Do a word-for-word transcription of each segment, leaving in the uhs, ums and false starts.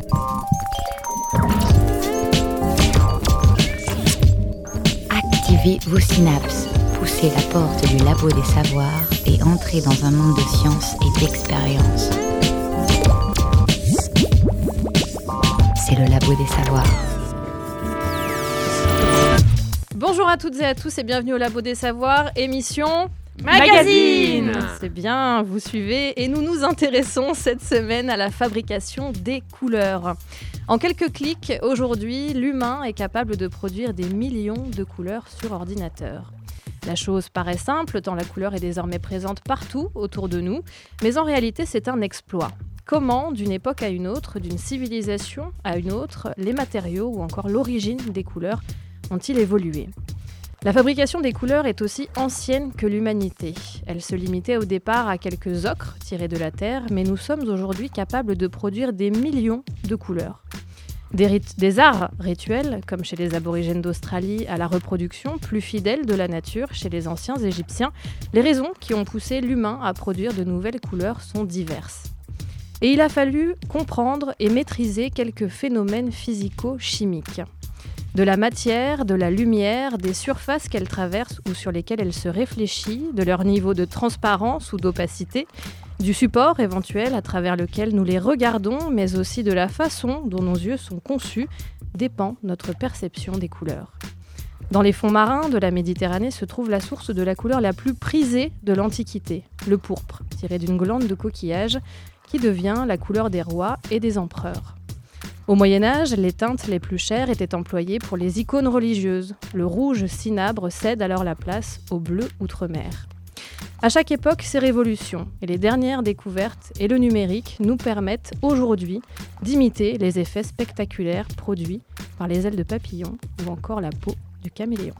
Activez vos synapses, poussez la porte du labo des savoirs et entrez dans un monde de science et d'expérience. C'est le labo des savoirs. Bonjour à toutes et à tous et bienvenue au Labo des Savoirs, émission Magazine. C'est bien, vous suivez et nous nous intéressons cette semaine à la fabrication des couleurs. En quelques clics, aujourd'hui, l'humain est capable de produire des millions de couleurs sur ordinateur. La chose paraît simple tant la couleur est désormais présente partout autour de nous, mais en réalité c'est un exploit. Comment, d'une époque à une autre, d'une civilisation à une autre, les matériaux ou encore l'origine des couleurs ont-ils évolué ? La fabrication des couleurs est aussi ancienne que l'humanité. Elle se limitait au départ à quelques ocres tirés de la terre, mais nous sommes aujourd'hui capables de produire des millions de couleurs. Des, rit- des arts rituels, comme chez les aborigènes d'Australie, à la reproduction plus fidèle de la nature chez les anciens Égyptiens, les raisons qui ont poussé l'humain à produire de nouvelles couleurs sont diverses. Et il a fallu comprendre et maîtriser quelques phénomènes physico-chimiques. De la matière, de la lumière, des surfaces qu'elle traverse ou sur lesquelles elle se réfléchit, de leur niveau de transparence ou d'opacité, du support éventuel à travers lequel nous les regardons, mais aussi de la façon dont nos yeux sont conçus, dépend notre perception des couleurs. Dans les fonds marins de la Méditerranée se trouve la source de la couleur la plus prisée de l'Antiquité, le pourpre, tiré d'une glande de coquillage, qui devient la couleur des rois et des empereurs. Au Moyen-Âge, les teintes les plus chères étaient employées pour les icônes religieuses. Le rouge cinabre cède alors la place au bleu outre-mer. À chaque époque, ces révolutions et les dernières découvertes et le numérique nous permettent aujourd'hui d'imiter les effets spectaculaires produits par les ailes de papillon ou encore la peau du caméléon.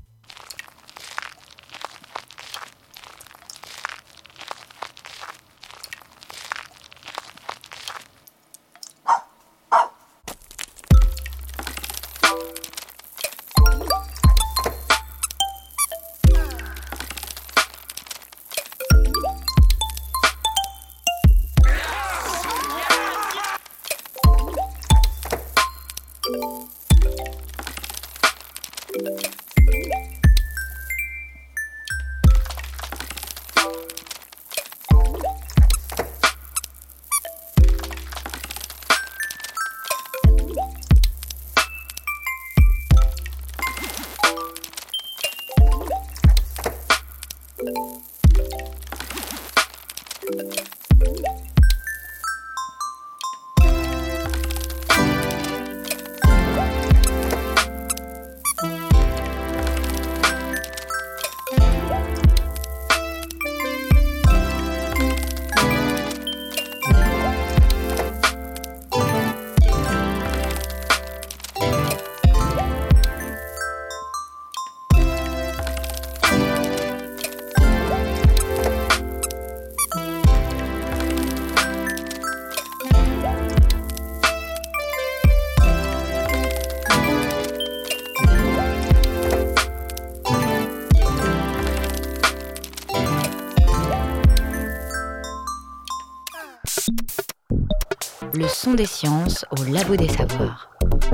Le son des sciences au labo des savoirs.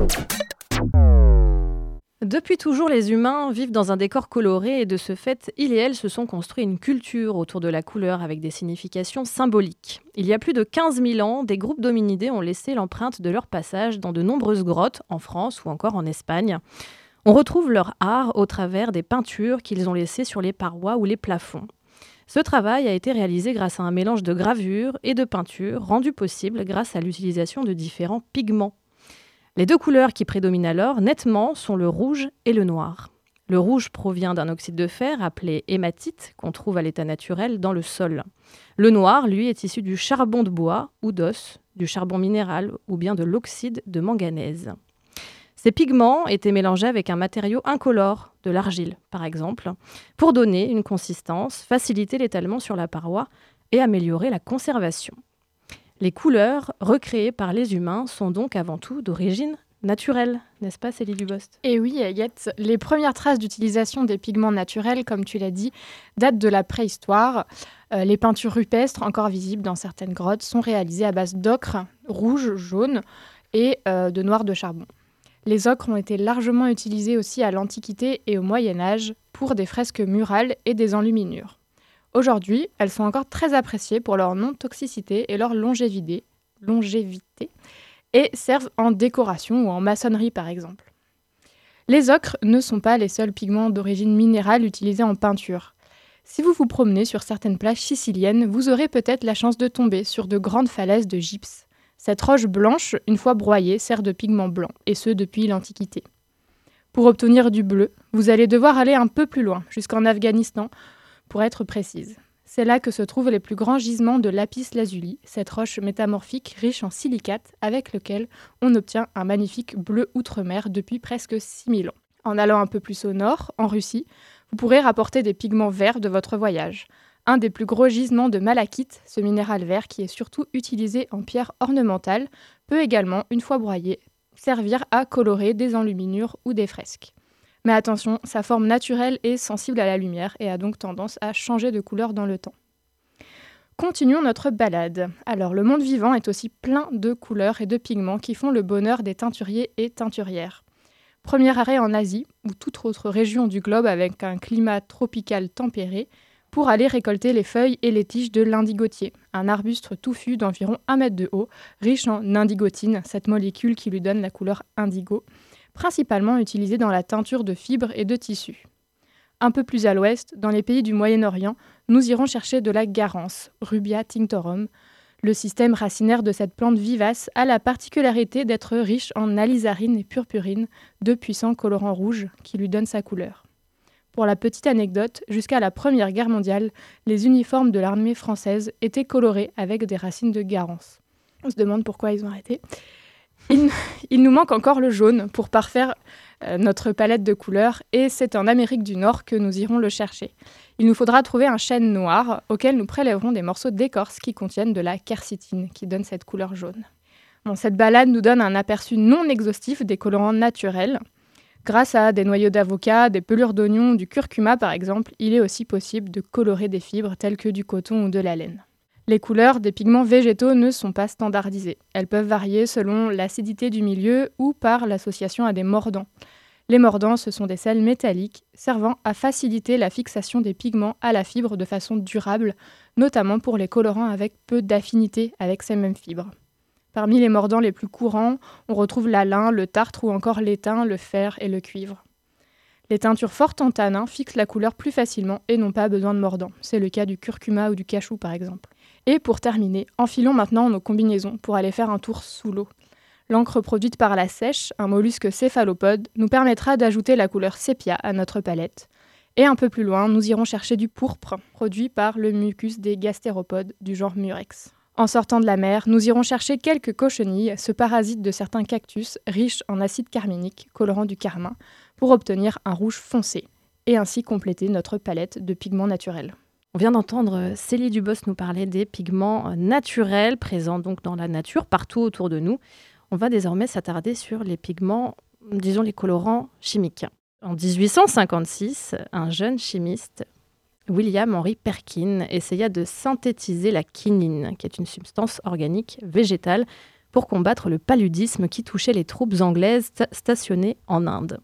Depuis toujours, les humains vivent dans un décor coloré et de ce fait, ils et elles se sont construits une culture autour de la couleur avec des significations symboliques. Il y a plus de quinze mille ans, des groupes d'hominidés ont laissé l'empreinte de leur passage dans de nombreuses grottes en France ou encore en Espagne. On retrouve leur art au travers des peintures qu'ils ont laissées sur les parois ou les plafonds. Ce travail a été réalisé grâce à un mélange de gravure et de peinture rendu possible grâce à l'utilisation de différents pigments. Les deux couleurs qui prédominent alors nettement sont le rouge et le noir. Le rouge provient d'un oxyde de fer appelé hématite qu'on trouve à l'état naturel dans le sol. Le noir, lui, est issu du charbon de bois ou d'os, du charbon minéral ou bien de l'oxyde de manganèse. Ces pigments étaient mélangés avec un matériau incolore, de l'argile par exemple, pour donner une consistance, faciliter l'étalement sur la paroi et améliorer la conservation. Les couleurs recréées par les humains sont donc avant tout d'origine naturelle, n'est-ce pas Célie Dubost ? Et oui, Agathe, les premières traces d'utilisation des pigments naturels, comme tu l'as dit, datent de la préhistoire. Euh, les peintures rupestres, encore visibles dans certaines grottes, sont réalisées à base d'ocre rouge, jaune, et euh, de noir de charbon. Les ocres ont été largement utilisés aussi à l'Antiquité et au Moyen-Âge pour des fresques murales et des enluminures. Aujourd'hui, elles sont encore très appréciées pour leur non-toxicité et leur longévité, longévité et servent en décoration ou en maçonnerie par exemple. Les ocres ne sont pas les seuls pigments d'origine minérale utilisés en peinture. Si vous vous promenez sur certaines plages siciliennes, vous aurez peut-être la chance de tomber sur de grandes falaises de gypse. Cette roche blanche, une fois broyée, sert de pigment blanc, et ce depuis l'Antiquité. Pour obtenir du bleu, vous allez devoir aller un peu plus loin, jusqu'en Afghanistan, pour être précise. C'est là que se trouvent les plus grands gisements de lapis lazuli, cette roche métamorphique riche en silicate avec lequel on obtient un magnifique bleu outre-mer depuis presque six mille ans. En allant un peu plus au nord, en Russie, vous pourrez rapporter des pigments verts de votre voyage. Un des plus gros gisements de malachite, ce minéral vert qui est surtout utilisé en pierre ornementale, peut également, une fois broyé, servir à colorer des enluminures ou des fresques. Mais attention, sa forme naturelle est sensible à la lumière et a donc tendance à changer de couleur dans le temps. Continuons notre balade. Alors, le monde vivant est aussi plein de couleurs et de pigments qui font le bonheur des teinturiers et teinturières. Premier arrêt en Asie, ou toute autre région du globe avec un climat tropical tempéré, pour aller récolter les feuilles et les tiges de l'indigotier, un arbuste touffu d'environ un mètre de haut, riche en indigotine, cette molécule qui lui donne la couleur indigo, principalement utilisée dans la teinture de fibres et de tissus. Un peu plus à l'ouest, dans les pays du Moyen-Orient, nous irons chercher de la garance, Rubia tinctorum. Le système racinaire de cette plante vivace a la particularité d'être riche en alizarine et purpurine, deux puissants colorants rouges qui lui donnent sa couleur. Pour la petite anecdote, jusqu'à la Première Guerre mondiale, les uniformes de l'armée française étaient colorés avec des racines de garance. On se demande pourquoi ils ont arrêté. Il, il nous manque encore le jaune pour parfaire euh, notre palette de couleurs et c'est en Amérique du Nord que nous irons le chercher. Il nous faudra trouver un chêne noir auquel nous prélèverons des morceaux d'écorce qui contiennent de la quercétine qui donne cette couleur jaune. Bon, cette balade nous donne un aperçu non exhaustif des colorants naturels. Grâce à des noyaux d'avocat, des pelures d'oignon, du curcuma par exemple, il est aussi possible de colorer des fibres telles que du coton ou de la laine. Les couleurs des pigments végétaux ne sont pas standardisées. Elles peuvent varier selon l'acidité du milieu ou par l'association à des mordants. Les mordants, ce sont des sels métalliques servant à faciliter la fixation des pigments à la fibre de façon durable, notamment pour les colorants avec peu d'affinité avec ces mêmes fibres. Parmi les mordants les plus courants, on retrouve l'alun, le tartre ou encore l'étain, le fer et le cuivre. Les teintures fortes en tanin fixent la couleur plus facilement et n'ont pas besoin de mordants. C'est le cas du curcuma ou du cachou par exemple. Et pour terminer, enfilons maintenant nos combinaisons pour aller faire un tour sous l'eau. L'encre produite par la seiche, un mollusque céphalopode, nous permettra d'ajouter la couleur sépia à notre palette. Et un peu plus loin, nous irons chercher du pourpre, produit par le mucus des gastéropodes du genre Murex. En sortant de la mer, nous irons chercher quelques cochenilles, ce parasite de certains cactus riche en acide carminique, colorant du carmin, pour obtenir un rouge foncé, et ainsi compléter notre palette de pigments naturels. On vient d'entendre Célie Dubos nous parler des pigments naturels présents donc dans la nature, partout autour de nous. On va désormais s'attarder sur les pigments, disons les colorants chimiques. En dix-huit cent cinquante-six, un jeune chimiste, William Henry Perkin, essaya de synthétiser la quinine, qui est une substance organique végétale, pour combattre le paludisme qui touchait les troupes anglaises stationnées en Inde.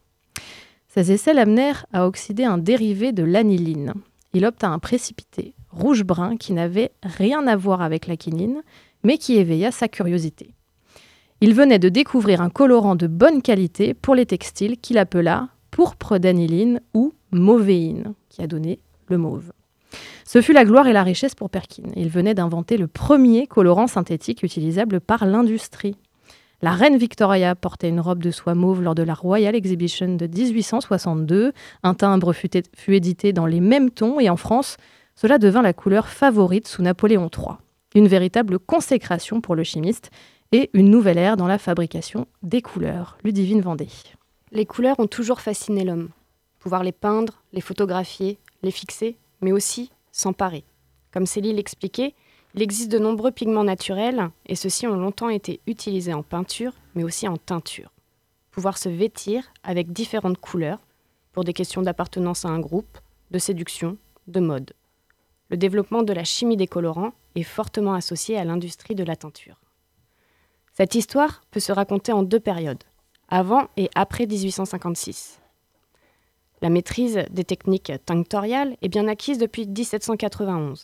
Ces essais l'amenèrent à oxyder un dérivé de l'aniline. Il obtint un précipité rouge-brun qui n'avait rien à voir avec la quinine, mais qui éveilla sa curiosité. Il venait de découvrir un colorant de bonne qualité pour les textiles qu'il appela pourpre d'aniline ou mauvéine, qui a donné le mauve. Ce fut la gloire et la richesse pour Perkin. Il venait d'inventer le premier colorant synthétique utilisable par l'industrie. La reine Victoria portait une robe de soie mauve lors de la Royal Exhibition de dix-huit cent soixante-deux. Un timbre fut, é- fut édité dans les mêmes tons et en France, cela devint la couleur favorite sous Napoléon trois. Une véritable consécration pour le chimiste et une nouvelle ère dans la fabrication des couleurs. Ludivine Vendée. Les couleurs ont toujours fasciné l'homme. Pouvoir les peindre, les photographier, les fixer, mais aussi s'emparer. Comme Célie l'expliquait, il existe de nombreux pigments naturels et ceux-ci ont longtemps été utilisés en peinture, mais aussi en teinture. Pouvoir se vêtir avec différentes couleurs pour des questions d'appartenance à un groupe, de séduction, de mode. Le développement de la chimie des colorants est fortement associé à l'industrie de la teinture. Cette histoire peut se raconter en deux périodes, avant et après dix-huit cent cinquante-six. La maîtrise des techniques tinctoriales est bien acquise depuis dix-sept cent quatre-vingt-onze,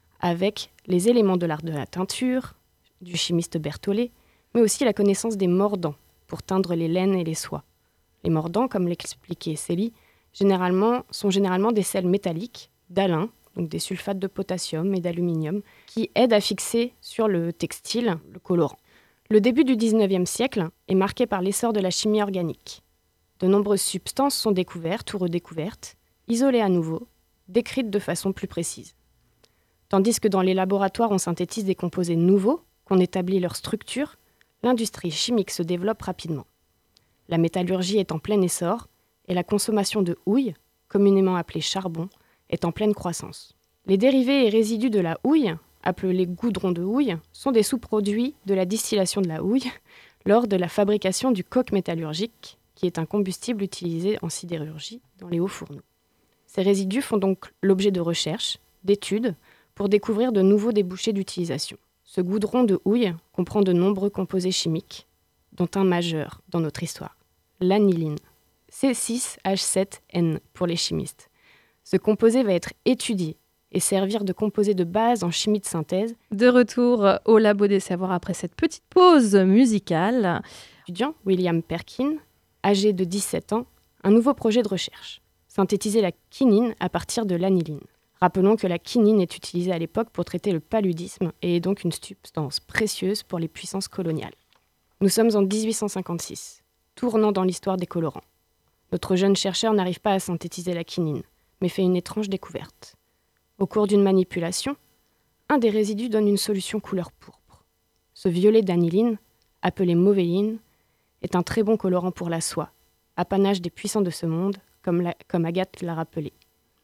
avec les éléments de l'art de la teinture, du chimiste Berthollet, mais aussi la connaissance des mordants pour teindre les laines et les soies. Les mordants, comme l'expliquait Célie, généralement, sont généralement des sels métalliques, d'alun, donc des sulfates de potassium et d'aluminium, qui aident à fixer sur le textile le colorant. Le début du dix-neuvième siècle est marqué par l'essor de la chimie organique. De nombreuses substances sont découvertes ou redécouvertes, isolées à nouveau, décrites de façon plus précise. Tandis que dans les laboratoires on synthétise des composés nouveaux, qu'on établit leur structure, l'industrie chimique se développe rapidement. La métallurgie est en plein essor et la consommation de houille, communément appelée charbon, est en pleine croissance. Les dérivés et résidus de la houille, appelés goudrons de houille, sont des sous-produits de la distillation de la houille lors de la fabrication du coke métallurgique, qui est un combustible utilisé en sidérurgie dans les hauts fourneaux. Ces résidus font donc l'objet de recherches, d'études, pour découvrir de nouveaux débouchés d'utilisation. Ce goudron de houille comprend de nombreux composés chimiques, dont un majeur dans notre histoire, l'aniline, C six H sept N pour les chimistes. Ce composé va être étudié et servir de composé de base en chimie de synthèse. De retour au Labo des Savoirs après cette petite pause musicale. L'étudiant William Perkin, âgé de dix-sept ans, un nouveau projet de recherche, synthétiser la quinine à partir de l'aniline. Rappelons que la quinine est utilisée à l'époque pour traiter le paludisme et est donc une substance précieuse pour les puissances coloniales. Nous sommes en dix-huit cent cinquante-six, tournant dans l'histoire des colorants. Notre jeune chercheur n'arrive pas à synthétiser la quinine, mais fait une étrange découverte. Au cours d'une manipulation, un des résidus donne une solution couleur pourpre. Ce violet d'aniline, appelé mauvéine, est un très bon colorant pour la soie, apanage des puissants de ce monde, comme, la, comme Agathe l'a rappelé.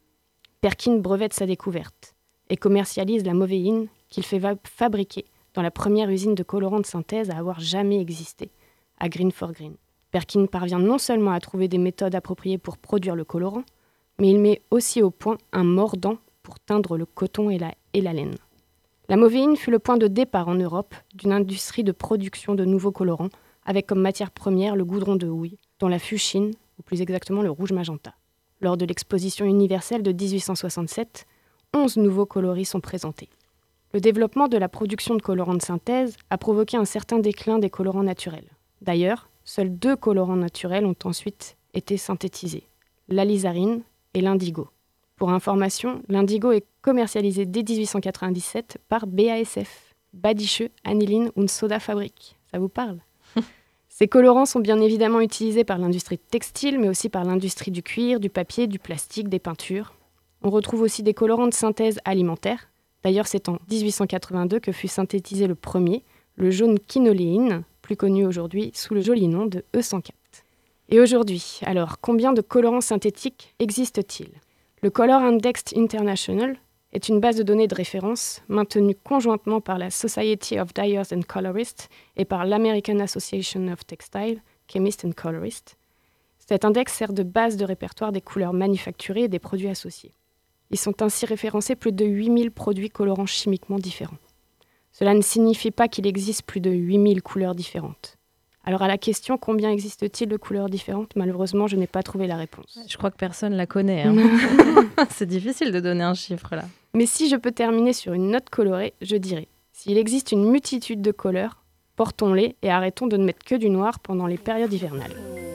Perkin brevette sa découverte et commercialise la mauvéine qu'il fait va- fabriquer dans la première usine de colorants de synthèse à avoir jamais existé, à Green for Green. Perkin parvient non seulement à trouver des méthodes appropriées pour produire le colorant, mais il met aussi au point un mordant pour teindre le coton et la, et la laine. La mauvéine fut le point de départ en Europe d'une industrie de production de nouveaux colorants, avec comme matière première le goudron de houille, dont la fuchsine, ou plus exactement le rouge magenta. Lors de l'exposition universelle de dix-huit cent soixante-sept, onze nouveaux coloris sont présentés. Le développement de la production de colorants de synthèse a provoqué un certain déclin des colorants naturels. D'ailleurs, seuls deux colorants naturels ont ensuite été synthétisés, l'alizarine et l'indigo. Pour information, l'indigo est commercialisé dès dix-huit cent quatre-vingt-dix-sept par B A S F, Badische Aniline und Soda Fabrik. Ça vous parle ? Ces colorants sont bien évidemment utilisés par l'industrie textile, mais aussi par l'industrie du cuir, du papier, du plastique, des peintures. On retrouve aussi des colorants de synthèse alimentaire. D'ailleurs, c'est en dix-huit cent quatre-vingt-deux que fut synthétisé le premier, le jaune quinoléine, plus connu aujourd'hui sous le joli nom de E cent quatre. Et aujourd'hui, alors, combien de colorants synthétiques existent-ils ? Le Color Index International est une base de données de référence maintenue conjointement par la Society of Dyers and Colorists et par l'American Association of Textile, Chemists and Colorists. Cet index sert de base de répertoire des couleurs manufacturées et des produits associés. Ils sont ainsi référencés plus de huit mille produits colorants chimiquement différents. Cela ne signifie pas qu'il existe plus de huit mille couleurs différentes. Alors à la question « Combien existe-t-il de couleurs différentes ?» malheureusement, je n'ai pas trouvé la réponse. Je crois que personne ne la connaît. Hein. C'est difficile de donner un chiffre là. Mais si je peux terminer sur une note colorée, je dirais « S'il existe une multitude de couleurs, portons-les et arrêtons de ne mettre que du noir pendant les périodes hivernales. »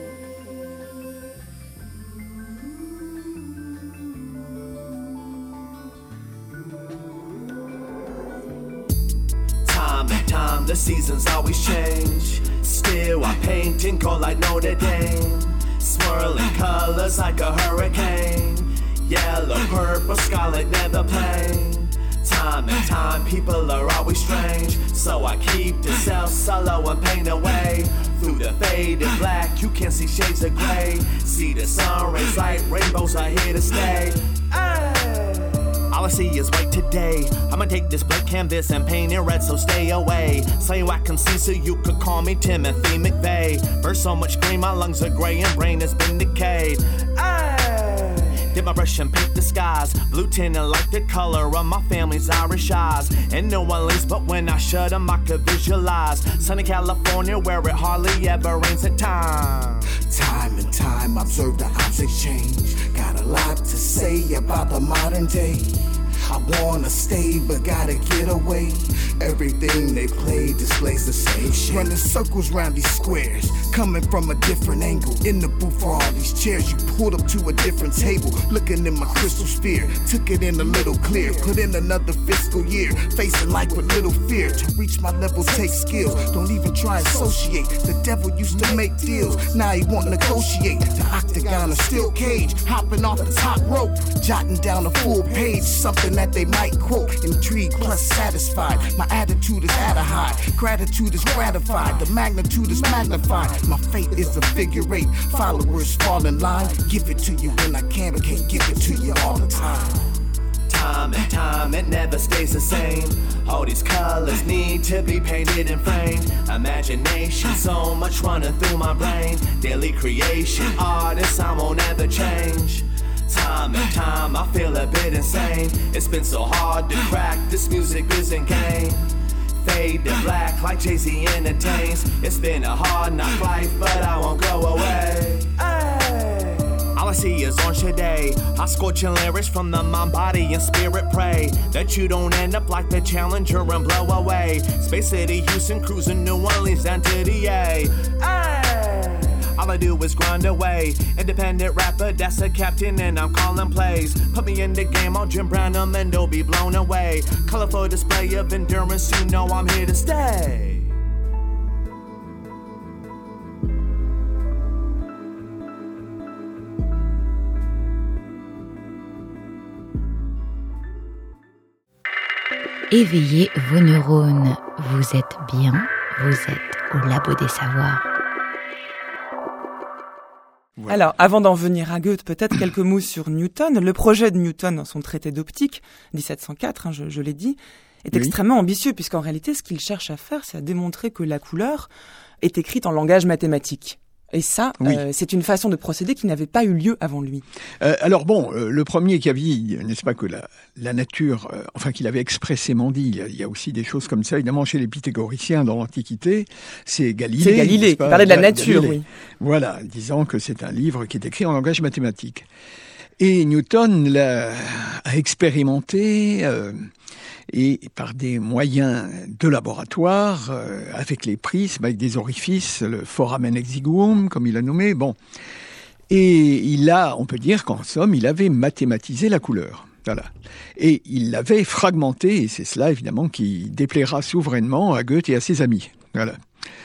Time and time, the seasons always change. Still, I paint in gold like Notre Dame. Swirling colors like a hurricane. Yellow, purple, scarlet, never plain. Time and time, people are always strange. So I keep the self solo and paint away. Through the faded black, you can see shades of gray. See the sun rays like rainbows are here to stay. Hey! All I see is white today. I'ma take this blank canvas and paint it red, so stay away. So I can see, so you could call me Timothy McVeigh. Burst so much green, my lungs are gray and brain has been decayed. Ay! Dip my brush and paint the skies. Blue tinted like the color of my family's Irish eyes. In New Orleans, but when I shut them, I could visualize sunny California where it hardly ever rains at times. Time and time, observe the objects change. Got a lot to say about the modern day. I wanna stay, but gotta get away. Everything they play displays the same shit. Running circles round these squares, coming from a different angle. In the booth for all these chairs, you pulled up to a different table. Looking in my crystal sphere, took it in a little clear. Put in another fiscal year, facing life with little fear. To reach my level takes skills, don't even try and associate. The devil used to make deals, now he won't negotiate. The octagon, a steel cage, hopping off the top rope. Jotting down a full page, something that they might quote. Intrigued plus satisfied, my attitude is at a high. Gratitude is gratified, the magnitude is magnified. My fate is a figure eight, followers fall in line. Give it to you when I can, but can't give it to you all the time. Time and time, it never stays the same. All these colors need to be painted and framed. Imagination, so much running through my brain. Daily creation, artists, I won't ever change. Time and time, I feel a bit insane. It's been so hard to crack, this music isn't game. Fade to black like Jay-Z entertains. It's been a hard knock life, but I won't go away. Ay. All I see is orange today. I scorching lyrics from the mind, body, and spirit. Pray that you don't end up like the Challenger and blow away. Space City, Houston, cruising New Orleans down to the A. Ay. All I do is grind away. Independent rapper, that's a captain, and I'm calling plays. Put me in the game, I'll Jim Brown them and they'll be blown away. Colorful display of endurance, you know I'm here to stay. Éveillez vos neurones. Vous êtes bien, vous êtes au Labo des Savoirs. Ouais. Alors, avant d'en venir à Goethe, peut-être quelques mots sur Newton. Le projet de Newton dans son traité d'optique, dix-sept cent quatre, hein, je, je l'ai dit, est oui. extrêmement ambitieux, puisqu'en réalité, ce qu'il cherche à faire, c'est à démontrer que la couleur est écrite en langage mathématique. Et ça, oui. euh, c'est une façon de procéder qui n'avait pas eu lieu avant lui. Euh, alors bon, euh, le premier qui a dit, n'est-ce pas, que la, la nature, euh, enfin qu'il avait expressément dit, il y, a, il y a aussi des choses comme ça, évidemment, chez les pythagoriciens dans l'Antiquité, c'est Galilée. C'est Galilée, qui parlait de la nature, Galilée. Oui. Voilà, disant que c'est un livre qui est écrit en langage mathématique. Et Newton l'a a expérimenté... Euh, et par des moyens de laboratoire, euh, avec les prismes, avec des orifices, le foramen exiguum, comme il a nommé, bon. Et il a, on peut dire qu'en somme, il avait mathématisé la couleur. Voilà. Et il l'avait fragmenté, et c'est cela, évidemment, qui déplaira souverainement à Goethe et à ses amis. Voilà.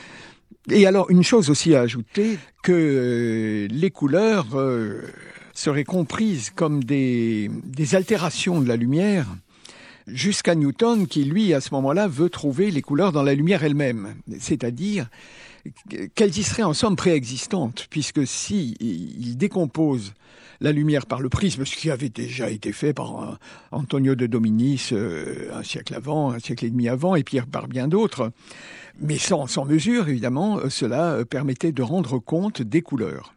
Et alors, une chose aussi à ajouter, que euh, les couleurs euh, seraient comprises comme des, des altérations de la lumière, jusqu'à Newton qui, lui, à ce moment-là, veut trouver les couleurs dans la lumière elle-même. C'est-à-dire qu'elles y seraient en somme préexistantes, puisque si il décompose la lumière par le prisme, ce qui avait déjà été fait par Antonio de Dominis euh, un siècle avant, un siècle et demi avant, et puis par bien d'autres, mais sans, sans mesure, évidemment, cela permettait de rendre compte des couleurs.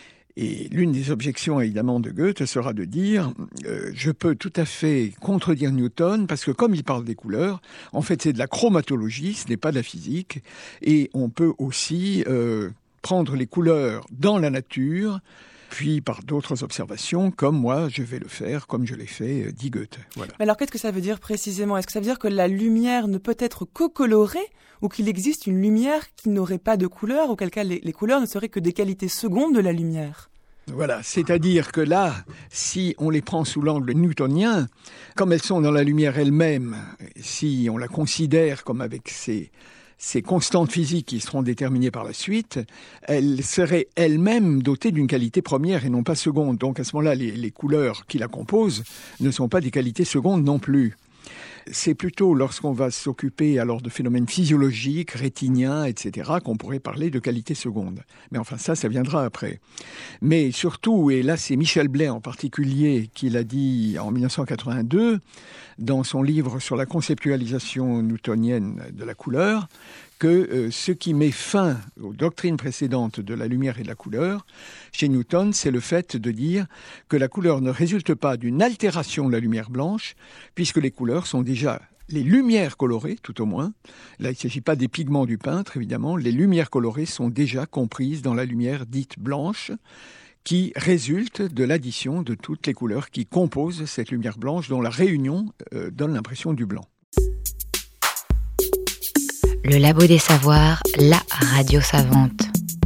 Et l'une des objections, évidemment, de Goethe sera de dire euh, « je peux tout à fait contredire Newton, parce que comme il parle des couleurs, en fait, c'est de la chromatologie, ce n'est pas de la physique, et on peut aussi euh, prendre les couleurs dans la nature, puis par d'autres observations, comme moi, je vais le faire, comme je l'ai fait, dit Goethe. » Voilà. Alors, qu'est-ce que ça veut dire précisément ? Est-ce que ça veut dire que la lumière ne peut être que colorée, ou qu'il existe une lumière qui n'aurait pas de couleur, auquel cas les, les couleurs ne seraient que des qualités secondes de la lumière ? Voilà, c'est-à-dire que là, si on les prend sous l'angle newtonien, comme elles sont dans la lumière elle-même, si on la considère comme avec ces, ces constantes physiques qui seront déterminées par la suite, elles seraient elles-mêmes dotées d'une qualité première et non pas seconde. Donc à ce moment-là, les, les couleurs qui la composent ne sont pas des qualités secondes non plus. C'est plutôt lorsqu'on va s'occuper alors de phénomènes physiologiques, rétiniens, et cetera, qu'on pourrait parler de qualité seconde. Mais enfin, ça, ça viendra après. Mais surtout, et là, c'est Michel Blais en particulier qui l'a dit en dix-neuf cent quatre-vingt-deux, dans son livre sur la conceptualisation newtonienne de la couleur, que euh, ce qui met fin aux doctrines précédentes de la lumière et de la couleur, chez Newton, c'est le fait de dire que la couleur ne résulte pas d'une altération de la lumière blanche, puisque les couleurs sont déjà les lumières colorées, tout au moins. Là, il ne s'agit pas des pigments du peintre, évidemment. Les lumières colorées sont déjà comprises dans la lumière dite blanche, qui résulte de l'addition de toutes les couleurs qui composent cette lumière blanche, dont la réunion euh, donne l'impression du blanc. Le Labo des Savoirs, la radio savante.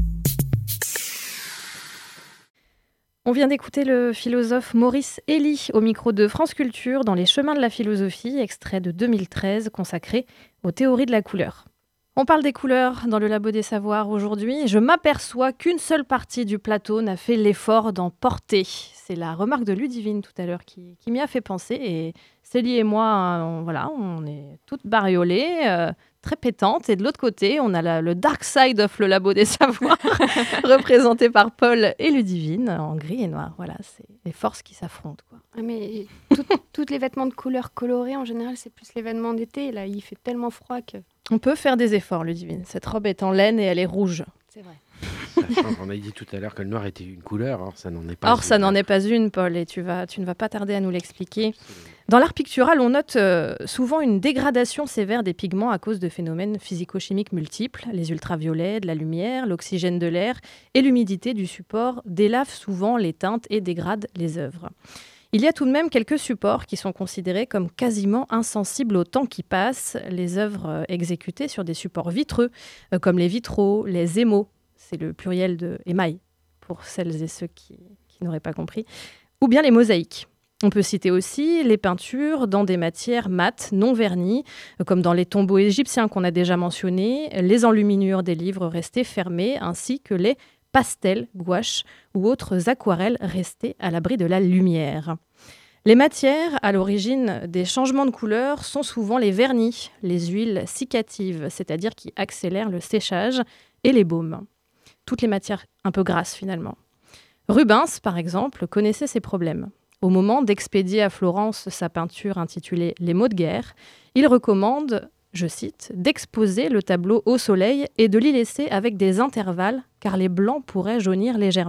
On vient d'écouter le philosophe Maurice Elie au micro de France Culture dans Les Chemins de la philosophie, extrait de deux mille treize consacré aux théories de la couleur. On parle des couleurs dans le Labo des Savoirs aujourd'hui. Je m'aperçois qu'une seule partie du plateau n'a fait l'effort d'en porter. C'est la remarque de Ludivine tout à l'heure qui, qui m'y a fait penser. Et Célie et moi, on, voilà, on est toutes bariolées, euh, très pétantes. Et de l'autre côté, on a la, le dark side of le Labo des Savoirs, représenté par Paul et Ludivine, en gris et noir. Voilà, c'est les forces qui s'affrontent, quoi. Ah, mais tout, tous les vêtements de couleur colorée, en général, c'est plus les vêtements d'été. Là, il fait tellement froid que... On peut faire des efforts, Ludivine. Cette robe est en laine et elle est rouge. C'est vrai. Sachant qu'on a dit tout à l'heure que le noir était une couleur, or ça n'en est pas Or, une. ça n'en est pas une, Paul, et tu, vas, tu ne vas pas tarder à nous l'expliquer. Dans l'art pictural, on note euh, souvent une dégradation sévère des pigments à cause de phénomènes physico-chimiques multiples. Les ultraviolets, de la lumière, l'oxygène de l'air et l'humidité du support délavent souvent les teintes et dégradent les œuvres. Il y a tout de même quelques supports qui sont considérés comme quasiment insensibles au temps qui passe. Les œuvres exécutées sur des supports vitreux, euh, comme les vitraux, les émaux, c'est le pluriel de émail, pour celles et ceux qui, qui n'auraient pas compris, ou bien les mosaïques. On peut citer aussi les peintures dans des matières mates, non vernies, euh, comme dans les tombeaux égyptiens qu'on a déjà mentionnés, les enluminures des livres restés fermés, ainsi que les pastels, gouaches ou autres aquarelles restées à l'abri de la lumière. Les matières à l'origine des changements de couleur sont souvent les vernis, les huiles cicatives, c'est-à-dire qui accélèrent le séchage, et les baumes. Toutes les matières un peu grasses finalement. Rubens, par exemple, connaissait ces problèmes. Au moment d'expédier à Florence sa peinture intitulée « Les mots de guerre », il recommande, je cite, « d'exposer le tableau au soleil et de l'y laisser avec des intervalles, car les blancs pourraient jaunir légèrement. »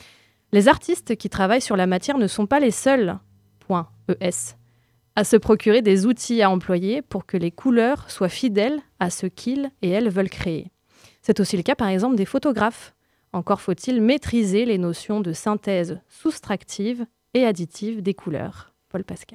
Les artistes qui travaillent sur la matière ne sont pas les seuls, point E S, à se procurer des outils à employer pour que les couleurs soient fidèles à ce qu'ils et elles veulent créer. C'est aussi le cas, par exemple, des photographes. Encore faut-il maîtriser les notions de synthèse soustractive et additive des couleurs. Paul Pascal.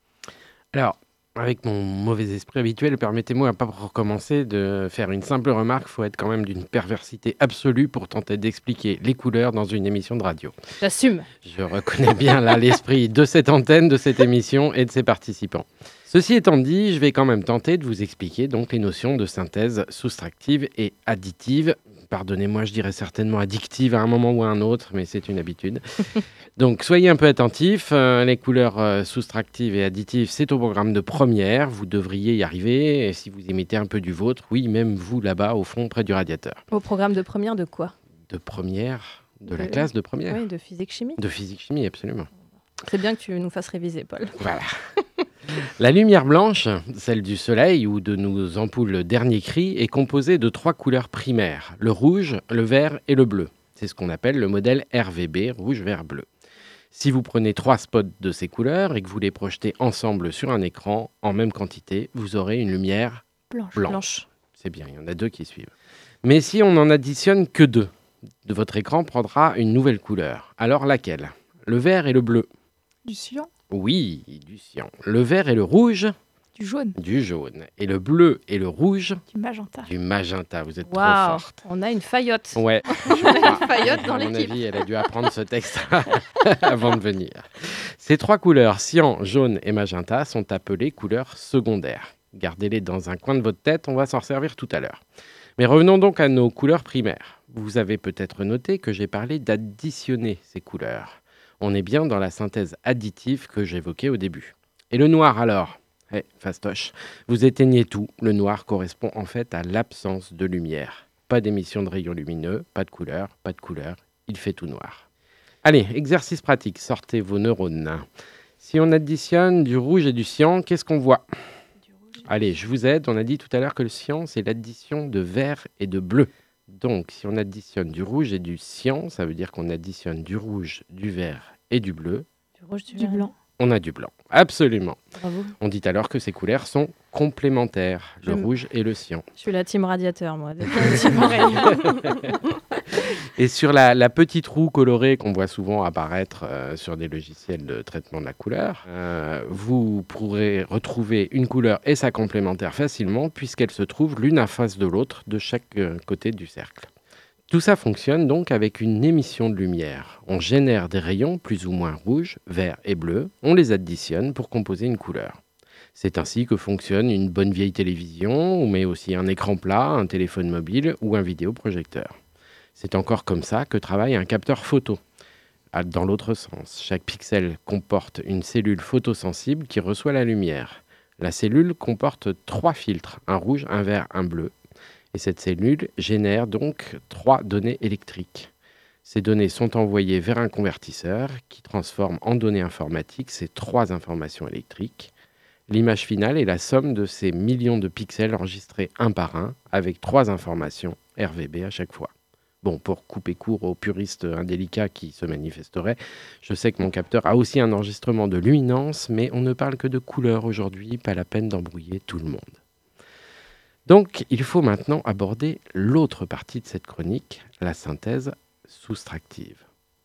Alors, avec mon mauvais esprit habituel, permettez-moi, pas pour recommencer, de faire une simple remarque. Il faut être quand même d'une perversité absolue pour tenter d'expliquer les couleurs dans une émission de radio. J'assume. Je reconnais bien là l'esprit de cette antenne, de cette émission et de ses participants. Ceci étant dit, je vais quand même tenter de vous expliquer donc les notions de synthèse soustractive et additive. Pardonnez-moi, je dirais certainement addictive à un moment ou à un autre, mais c'est une habitude. Donc, soyez un peu attentifs. Euh, les couleurs euh, soustractives et additives, c'est au programme de première. Vous devriez y arriver. Et si vous imitez un peu du vôtre, oui, même vous là-bas, au fond, près du radiateur. Au programme de première de quoi ? De première, de la De- classe de première. Oui, de physique-chimie. De physique-chimie, absolument. C'est bien que tu nous fasses réviser, Paul. Voilà. La lumière blanche, celle du soleil ou de nos ampoules dernier cri, est composée de trois couleurs primaires, le rouge, le vert et le bleu. C'est ce qu'on appelle le modèle R V B, rouge, vert, bleu. Si vous prenez trois spots de ces couleurs et que vous les projetez ensemble sur un écran, en même quantité, vous aurez une lumière Blanche. blanche. Blanche. C'est bien, il y en a deux qui suivent. Mais si on n'en additionne que deux, de votre écran prendra une nouvelle couleur. Alors laquelle ? Le vert et le bleu. Du cyan, Oui, du cyan. Le vert et le rouge, du jaune, du jaune. Et le bleu et le rouge, du magenta. du magenta. Vous êtes Waouh, trop forte. on a une faillotte. Ouais. On a une faillotte dans À mon l'équipe. avis, elle a dû apprendre ce texte avant de venir. Ces trois couleurs, cyan, jaune et magenta, sont appelées couleurs secondaires. Gardez-les dans un coin de votre tête, on va s'en servir tout à l'heure. Mais revenons donc à nos couleurs primaires. Vous avez peut-être noté que j'ai parlé d'additionner ces couleurs. On est bien dans la synthèse additive que j'évoquais au début. Et le noir alors ? Eh, fastoche, vous éteignez tout. Le noir correspond en fait à l'absence de lumière. Pas d'émission de rayons lumineux, pas de couleur, pas de couleur. Il fait tout noir. Allez, exercice pratique, sortez vos neurones. Si on additionne du rouge et du cyan, qu'est-ce qu'on voit ? Allez, je vous aide. On a dit tout à l'heure que le cyan, c'est l'addition de vert et de bleu. Donc, si on additionne du rouge et du cyan, ça veut dire qu'on additionne du rouge, du vert et du bleu. Du rouge, du, Du vert. blanc. On a du blanc. Absolument. Bravo. On dit alors que ces couleurs sont complémentaires, le Je- rouge et le cyan. Je suis la team radiateur, moi. Définitivement. Et sur la, la petite roue colorée qu'on voit souvent apparaître euh, sur des logiciels de traitement de la couleur, euh, vous pourrez retrouver une couleur et sa complémentaire facilement puisqu'elles se trouvent l'une en face de l'autre de chaque euh, côté du cercle. Tout ça fonctionne donc avec une émission de lumière. On génère des rayons plus ou moins rouges, verts et bleus, on les additionne pour composer une couleur. C'est ainsi que fonctionne une bonne vieille télévision, mais aussi un écran plat, un téléphone mobile ou un vidéoprojecteur. C'est encore comme ça que travaille un capteur photo. Ah, dans l'autre sens, chaque pixel comporte une cellule photosensible qui reçoit la lumière. La cellule comporte trois filtres, un rouge, un vert, un bleu. Et cette cellule génère donc trois données électriques. Ces données sont envoyées vers un convertisseur qui transforme en données informatiques ces trois informations électriques. L'image finale est la somme de ces millions de pixels enregistrés un par un avec trois informations R V B à chaque fois. Bon, pour couper court aux puristes indélicats qui se manifesteraient, je sais que mon capteur a aussi un enregistrement de luminance, mais on ne parle que de couleurs aujourd'hui, pas la peine d'embrouiller tout le monde. Donc, il faut maintenant aborder l'autre partie de cette chronique, la synthèse soustractive. Pourquoi ?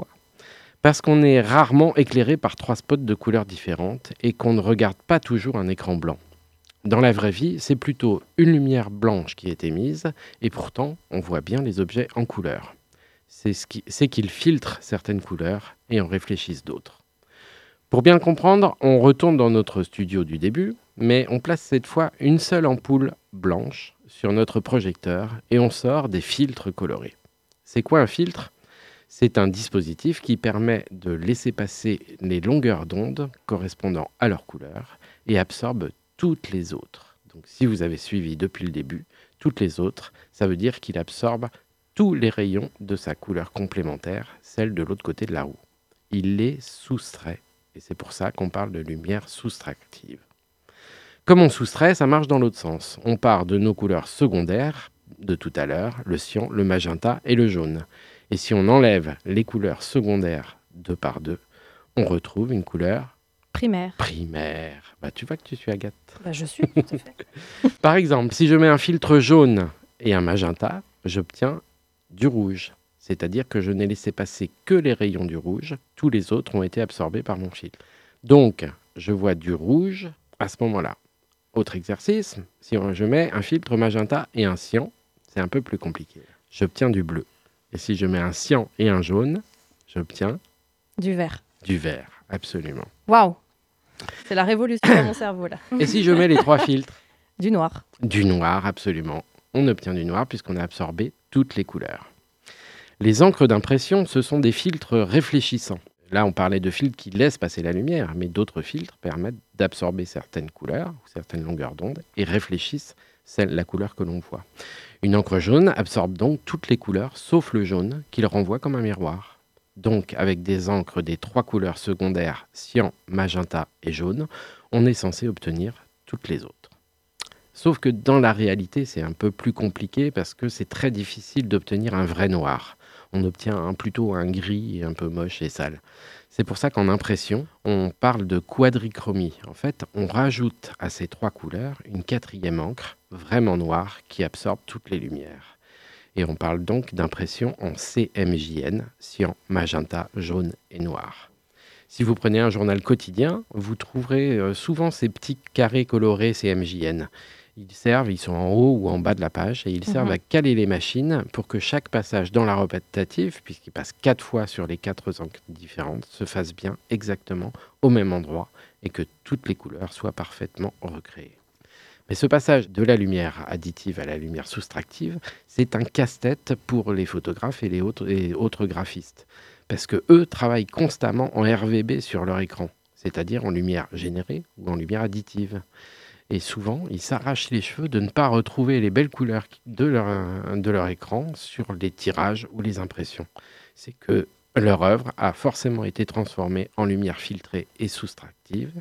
Parce qu'on est rarement éclairé par trois spots de couleurs différentes et qu'on ne regarde pas toujours un écran blanc. Dans la vraie vie, c'est plutôt une lumière blanche qui est émise et pourtant, on voit bien les objets en couleur. C'est, ce qui, c'est qu'ils filtrent certaines couleurs et en réfléchissent d'autres. Pour bien le comprendre, on retourne dans notre studio du début, mais on place cette fois une seule ampoule blanche sur notre projecteur et on sort des filtres colorés. C'est quoi un filtre ? C'est un dispositif qui permet de laisser passer les longueurs d'onde correspondant à leur couleur et absorbe toutes les autres. Donc si vous avez suivi depuis le début, toutes les autres, ça veut dire qu'il absorbe tous les rayons de sa couleur complémentaire, celle de l'autre côté de la roue. Il les soustrait. Et c'est pour ça qu'on parle de lumière soustractive. Comme on soustrait, ça marche dans l'autre sens. On part de nos couleurs secondaires de tout à l'heure, le cyan, le magenta et le jaune. Et si on enlève les couleurs secondaires deux par deux, on retrouve une couleur Primaire. primaire. Bah, tu vois que tu suis Agathe. Bah, je suis, tout à fait. Par exemple, si je mets un filtre jaune et un magenta, j'obtiens du rouge. C'est-à-dire que je n'ai laissé passer que les rayons du rouge, tous les autres ont été absorbés par mon filtre. Donc, je vois du rouge à ce moment-là. Autre exercice, si je mets un filtre magenta et un cyan, c'est un peu plus compliqué. J'obtiens du bleu. Et si je mets un cyan et un jaune, j'obtiens Du vert. du vert, absolument. Waouh. C'est la révolution dans mon cerveau, là. Et si je mets les trois filtres ? Du noir. Du noir, absolument. On obtient du noir puisqu'on a absorbé toutes les couleurs. Les encres d'impression, ce sont des filtres réfléchissants. Là, on parlait de filtres qui laissent passer la lumière, mais d'autres filtres permettent d'absorber certaines couleurs ou certaines longueurs d'onde et réfléchissent celle, la couleur que l'on voit. Une encre jaune absorbe donc toutes les couleurs, sauf le jaune, qu'il renvoie comme un miroir. Donc, avec des encres des trois couleurs secondaires, cyan, magenta et jaune, on est censé obtenir toutes les autres. Sauf que dans la réalité, c'est un peu plus compliqué parce que c'est très difficile d'obtenir un vrai noir. On obtient un, plutôt un gris un peu moche et sale. C'est pour ça qu'en impression, on parle de quadrichromie. En fait, on rajoute à ces trois couleurs une quatrième encre, vraiment noire, qui absorbe toutes les lumières. Et on parle donc d'impression en C M J N, cyan, magenta, jaune et noir. Si vous prenez un journal quotidien, vous trouverez souvent ces petits carrés colorés C M J N. Ils servent, ils sont en haut ou en bas de la page, et ils servent mmh. à caler les machines pour que chaque passage dans la répétitive, puisqu'il passe quatre fois sur les quatre encres différentes, se fasse bien exactement au même endroit et que toutes les couleurs soient parfaitement recréées. Mais ce passage de la lumière additive à la lumière soustractive, c'est un casse-tête pour les photographes et les autres, les autres graphistes, parce que eux travaillent constamment en R V B sur leur écran, c'est-à-dire en lumière générée ou en lumière additive. Et souvent, ils s'arrachent les cheveux de ne pas retrouver les belles couleurs de leur, de leur écran sur les tirages ou les impressions. C'est que leur œuvre a forcément été transformée en lumière filtrée et soustractive.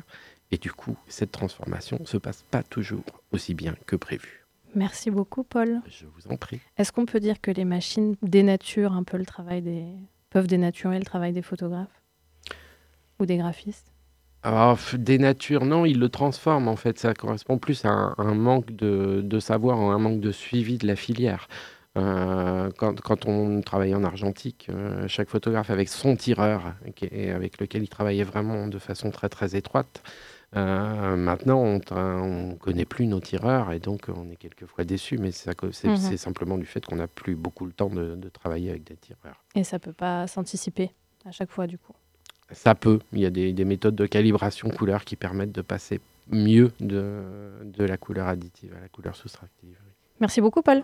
Et du coup, cette transformation ne se passe pas toujours aussi bien que prévu. Merci beaucoup, Paul. Je vous en prie. Est-ce qu'on peut dire que les machines dénaturent un peu le travail des... peuvent dénaturer le travail des photographes ou des graphistes? Alors, des natures, non, ils le transforment en fait. Ça correspond plus à un, un manque de, de savoir, un manque de suivi de la filière. Euh, quand, quand on travaillait en argentique, euh, chaque photographe avec son tireur, qui est, avec lequel il travaillait vraiment de façon très très étroite. Euh, maintenant, on ne connaît plus nos tireurs et donc on est quelquefois déçus, mais ça, c'est, Mhm. c'est simplement du fait qu'on n'a plus beaucoup le temps de, de travailler avec des tireurs. Et ça peut pas s'anticiper à chaque fois, du coup. Ça peut. Il y a des, des méthodes de calibration couleur qui permettent de passer mieux de, de la couleur additive à la couleur soustractive. Merci beaucoup, Paul.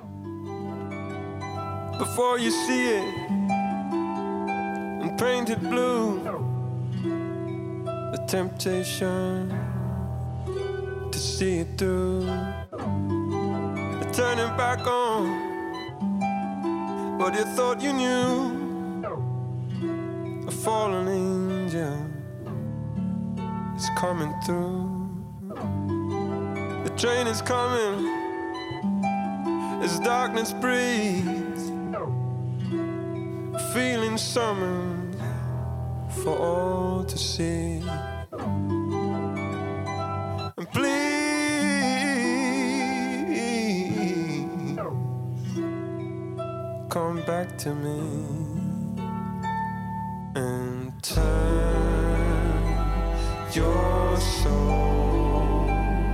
Before you see it and painted blue, the temptation to see it through, the turning back on what you thought you knew, a fallen angel is coming through, the train is coming as darkness breathes, a feeling summoned for all to see. And please come back to me and turn your soul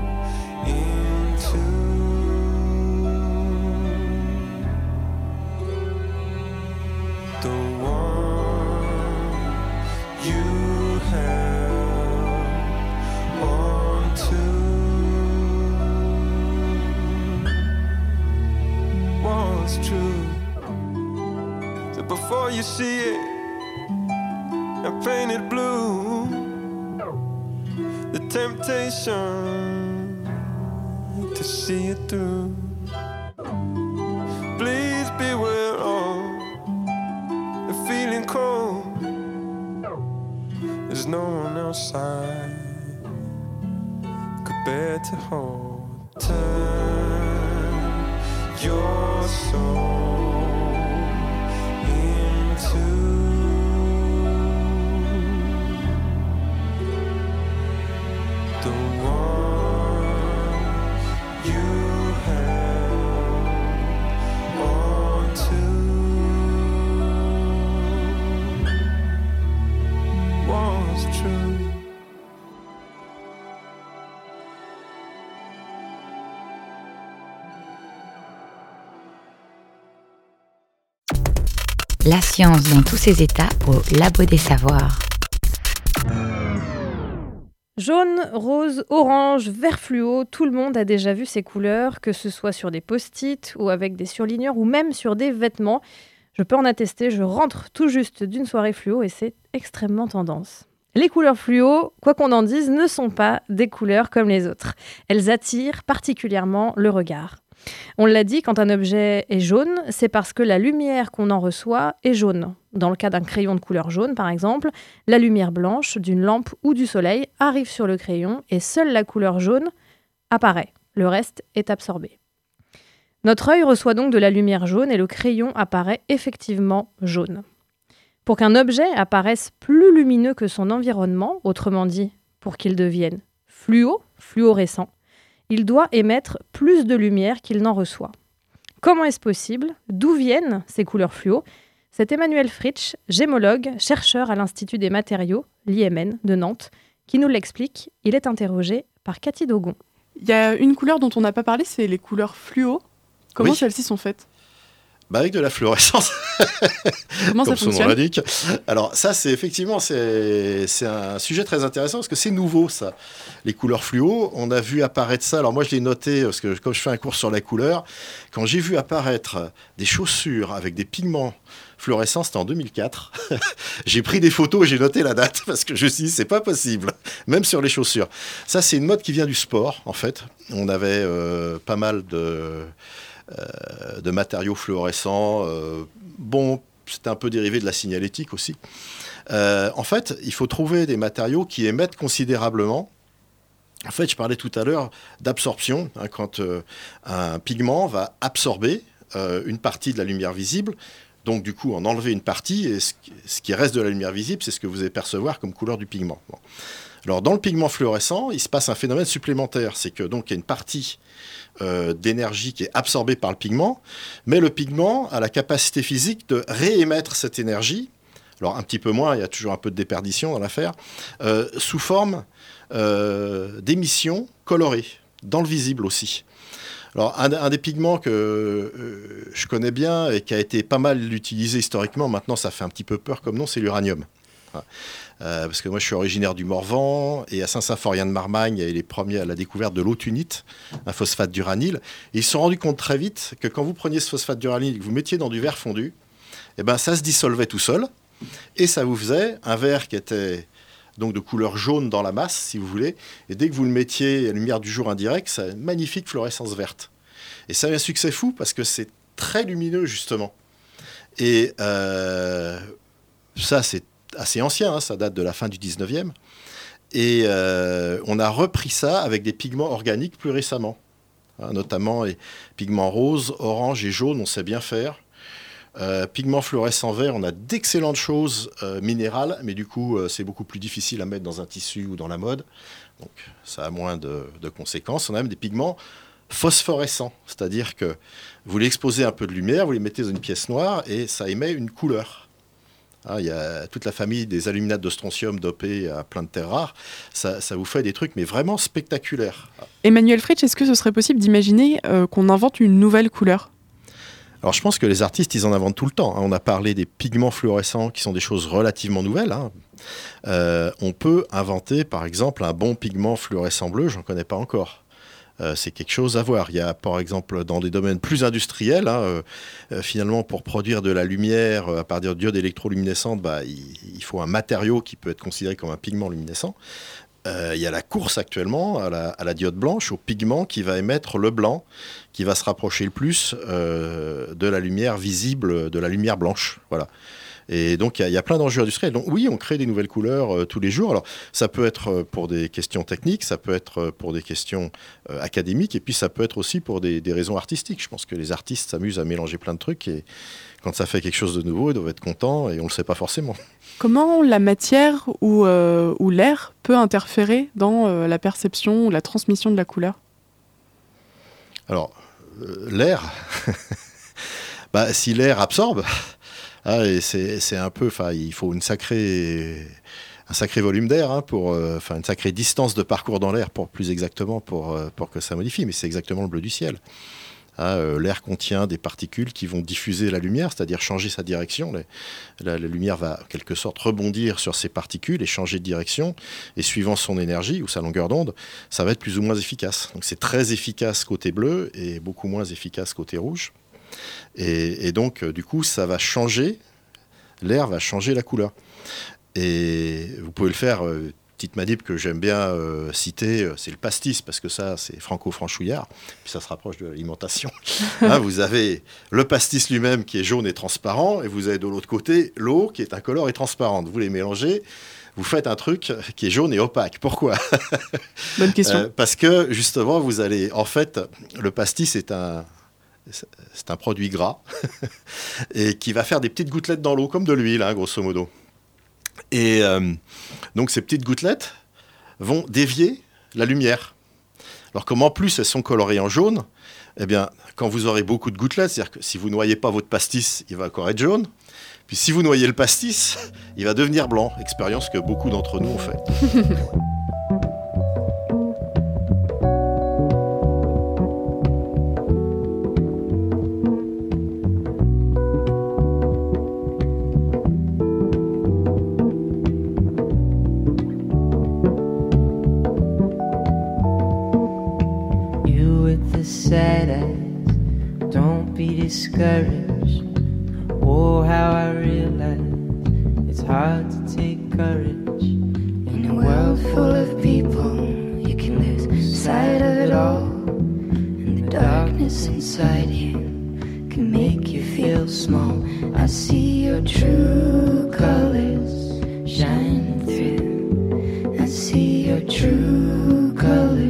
into the one you held on to. Was true. So before you see it and painted blue, the temptation to see it through. Please beware of the feeling cold. There's no one outside could bear to hold. Turn your soul into the one you held on to. Was true. La science dans tous ses états au Labo des Savoirs. Jaune, rose, orange, vert fluo, tout le monde a déjà vu ces couleurs, que ce soit sur des post-it ou avec des surligneurs ou même sur des vêtements. Je peux en attester, je rentre tout juste d'une soirée fluo et c'est extrêmement tendance. Les couleurs fluo, quoi qu'on en dise, ne sont pas des couleurs comme les autres. Elles attirent particulièrement le regard. On l'a dit, quand un objet est jaune, c'est parce que la lumière qu'on en reçoit est jaune. Dans le cas d'un crayon de couleur jaune, par exemple, la lumière blanche d'une lampe ou du soleil arrive sur le crayon et seule la couleur jaune apparaît. Le reste est absorbé. Notre œil reçoit donc de la lumière jaune et le crayon apparaît effectivement jaune. Pour qu'un objet apparaisse plus lumineux que son environnement, autrement dit, pour qu'il devienne fluo, fluorescent, il doit émettre plus de lumière qu'il n'en reçoit. Comment est-ce possible ? D'où viennent ces couleurs fluo ? C'est Emmanuel Fritsch, gémologue, chercheur à l'Institut des matériaux, l'I M N de Nantes, qui nous l'explique. Il est interrogé par Cathy Dogon. Il y a une couleur dont on n'a pas parlé, c'est les couleurs fluo. Comment Oui. celles-ci sont faites ? Bah avec de la fluorescence. Comment ça Comme son nom fonctionne ? l'indique. Alors ça, c'est effectivement, c'est, c'est un sujet très intéressant parce que c'est nouveau, ça. Les couleurs fluo, on a vu apparaître ça. Alors moi, je l'ai noté parce que comme je fais un cours sur la couleur, quand j'ai vu apparaître des chaussures avec des pigments fluorescents, c'était en deux mille quatre. J'ai pris des photos et j'ai noté la date parce que je me suis dit, c'est pas possible, même sur les chaussures. Ça, c'est une mode qui vient du sport, en fait. On avait euh, pas mal de... Euh, de matériaux fluorescents. Euh, bon, c'était un peu dérivé de la signalétique aussi. Euh, en fait, il faut trouver des matériaux qui émettent considérablement En fait, je parlais tout à l'heure d'absorption, hein, quand euh, un pigment va absorber euh, une partie de la lumière visible, donc du coup en enlever une partie, et ce, ce qui reste de la lumière visible, c'est ce que vous allez percevoir comme couleur du pigment. Bon. Alors dans le pigment fluorescent, il se passe un phénomène supplémentaire, c'est que donc il y a une partie euh, d'énergie qui est absorbée par le pigment, mais le pigment a la capacité physique de réémettre cette énergie. Alors un petit peu moins, il y a toujours un peu de déperdition dans l'affaire, euh, sous forme euh, d'émissions colorées, dans le visible aussi. Alors un, un des pigments que euh, je connais bien et qui a été pas mal utilisé historiquement, maintenant ça fait un petit peu peur comme nom, c'est l'uranium. Voilà. Euh, parce que moi je suis originaire du Morvan, et à Saint-Symphorien-de-Marmagne, il y avait les premiers à la découverte de l'autunite, un phosphate d'uranyle. Et ils se sont rendus compte très vite que quand vous preniez ce phosphate d'uranyle et que vous mettiez dans du verre fondu, eh ben, ça se dissolvait tout seul, et ça vous faisait un verre qui était donc de couleur jaune dans la masse, si vous voulez, et dès que vous le mettiez à la lumière du jour indirect, ça a une magnifique fluorescence verte. Et ça a un succès fou parce que c'est très lumineux, justement. Et euh, ça, c'est assez ancien, hein, ça date de la fin du dix-neuvième. Et euh, on a repris ça avec des pigments organiques plus récemment, hein, notamment les pigments roses, orange et jaune, on sait bien faire. Euh, pigments fluorescents verts, on a d'excellentes choses euh, minérales, mais du coup, euh, c'est beaucoup plus difficile à mettre dans un tissu ou dans la mode. Donc, ça a moins de, de conséquences. On a même des pigments phosphorescents, c'est-à-dire que vous les exposez un peu de lumière, vous les mettez dans une pièce noire et ça émet une couleur. Ah, il y a toute la famille des aluminates de strontium dopés à plein de terres rares. Ça, ça vous fait des trucs, mais vraiment spectaculaires. Emmanuel Fritsch, est-ce que ce serait possible d'imaginer euh, qu'on invente une nouvelle couleur ? Alors je pense que les artistes, ils en inventent tout le temps. On a parlé des pigments fluorescents qui sont des choses relativement nouvelles. Hein. Euh, on peut inventer, par exemple, un bon pigment fluorescent bleu, j'en connais pas encore. Euh, c'est quelque chose à voir. Il y a, par exemple, dans des domaines plus industriels, hein, euh, euh, finalement, pour produire de la lumière euh, à partir de diodes électroluminescentes, bah, il, il faut un matériau qui peut être considéré comme un pigment luminescent. Euh, il y a la course actuellement à la, à la diode blanche, au pigment qui va émettre le blanc, qui va se rapprocher le plus euh, de la lumière visible, de la lumière blanche. Voilà. Et donc, il y, y a plein d'enjeux industriels. Donc, oui, on crée des nouvelles couleurs euh, tous les jours. Alors, ça peut être pour des questions techniques, ça peut être pour des questions euh, académiques, et puis ça peut être aussi pour des, des raisons artistiques. Je pense que les artistes s'amusent à mélanger plein de trucs, et quand ça fait quelque chose de nouveau, ils doivent être contents, et on ne le sait pas forcément. Comment la matière ou, euh, ou l'air peut interférer dans euh, la perception ou la transmission de la couleur ? Alors, euh, l'air, bah, si l'air absorbe, ah, et c'est, c'est un peu, enfin, il faut une sacrée, un sacré volume d'air, hein, pour, enfin, euh, une sacrée distance de parcours dans l'air, pour plus exactement, pour, euh, pour que ça modifie. Mais c'est exactement le bleu du ciel. Ah, euh, l'air contient des particules qui vont diffuser la lumière, c'est-à-dire changer sa direction. La, la, la lumière va en quelque sorte rebondir sur ces particules et changer de direction. Et suivant son énergie ou sa longueur d'onde, ça va être plus ou moins efficace. Donc c'est très efficace côté bleu et beaucoup moins efficace côté rouge. Et, et donc, euh, du coup, ça va changer, l'air va changer la couleur. Et vous pouvez le faire... Euh, petite manip que j'aime bien euh, citer, euh, c'est le pastis, parce que ça, c'est franco-franchouillard, puis ça se rapproche de l'alimentation. Hein, vous avez le pastis lui-même qui est jaune et transparent, et vous avez de l'autre côté l'eau qui est incolore et transparente. Vous les mélangez, vous faites un truc qui est jaune et opaque. Pourquoi ? Bonne question. Euh, parce que, justement, vous allez... En fait, le pastis est un... C'est un produit gras, et qui va faire des petites gouttelettes dans l'eau, comme de l'huile, hein, grosso modo. Et euh, donc ces petites gouttelettes vont dévier la lumière. Alors comme en plus elles sont colorées en jaune, eh bien quand vous aurez beaucoup de gouttelettes, c'est-à-dire que si vous noyez pas votre pastis, il va encore être jaune. Puis si vous noyez le pastis, il va devenir blanc. Expérience que beaucoup d'entre nous ont fait. Sad eyes, don't be discouraged. Oh, how I realize it's hard to take courage. In a world full of people, you can lose sight of it all. And the darkness inside you can make you feel small. I see your true colors shine through. I see your true colors.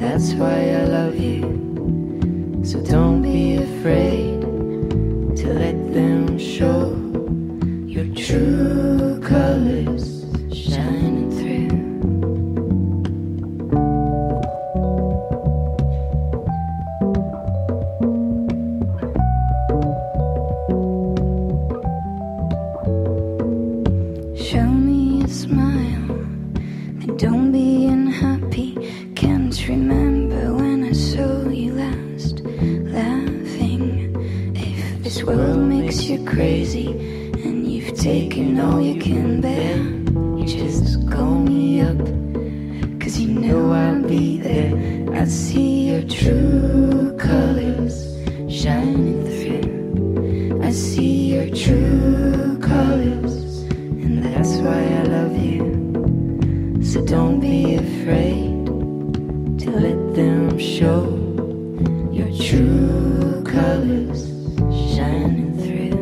that's why I love you. So don't be afraid to let them show your true colors shining through. Show me a smile, and don't be unhappy. Can't remember when I saw you last laughing. If this world makes you crazy and you've taken all you can bear, you just call me up, cause you know I'll be there. I see your true colors shining through. I see your true colors, and that's why I love you. So don't be afraid to let them show your true colors shining through.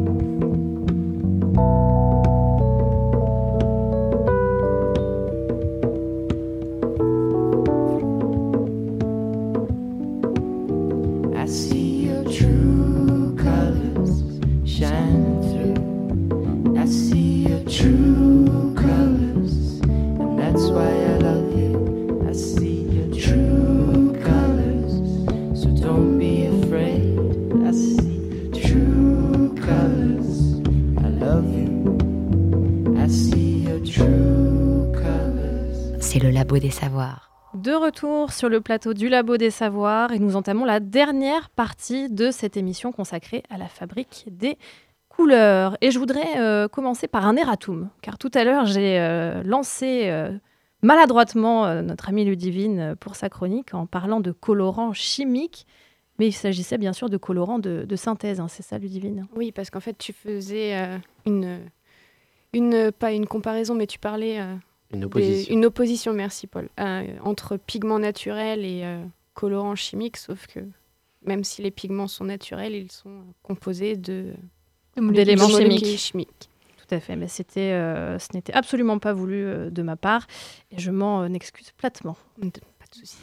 I see your true colors shining through. I see your true colors, and that's why I love you. I see your true colors, so don't be afraid. I see your true colors. I love you. I see your true colors. C'est le Labo des Savoirs. De retour sur le plateau du Labo des Savoirs et nous entamons la dernière partie de cette émission consacrée à la fabrique des couleurs. Et je voudrais euh, commencer par un erratum, car tout à l'heure j'ai euh, lancé euh, maladroitement euh, notre amie Ludivine euh, pour sa chronique en parlant de colorants chimiques, mais il s'agissait bien sûr de colorants de, de synthèse, hein, c'est ça Ludivine ? Oui, parce qu'en fait tu faisais euh, une, une, pas une comparaison, mais tu parlais... Euh, Une des- opposition. une opposition, merci Paul, euh, entre pigments naturels et euh, colorants chimiques, sauf que même si les pigments sont naturels, ils sont composés de D'éléments de molécules chimiques. chimiques. Tout à fait, mais c'était, euh, ce n'était absolument pas voulu euh, de ma part et je m'en euh, excuse platement. Pas de souci.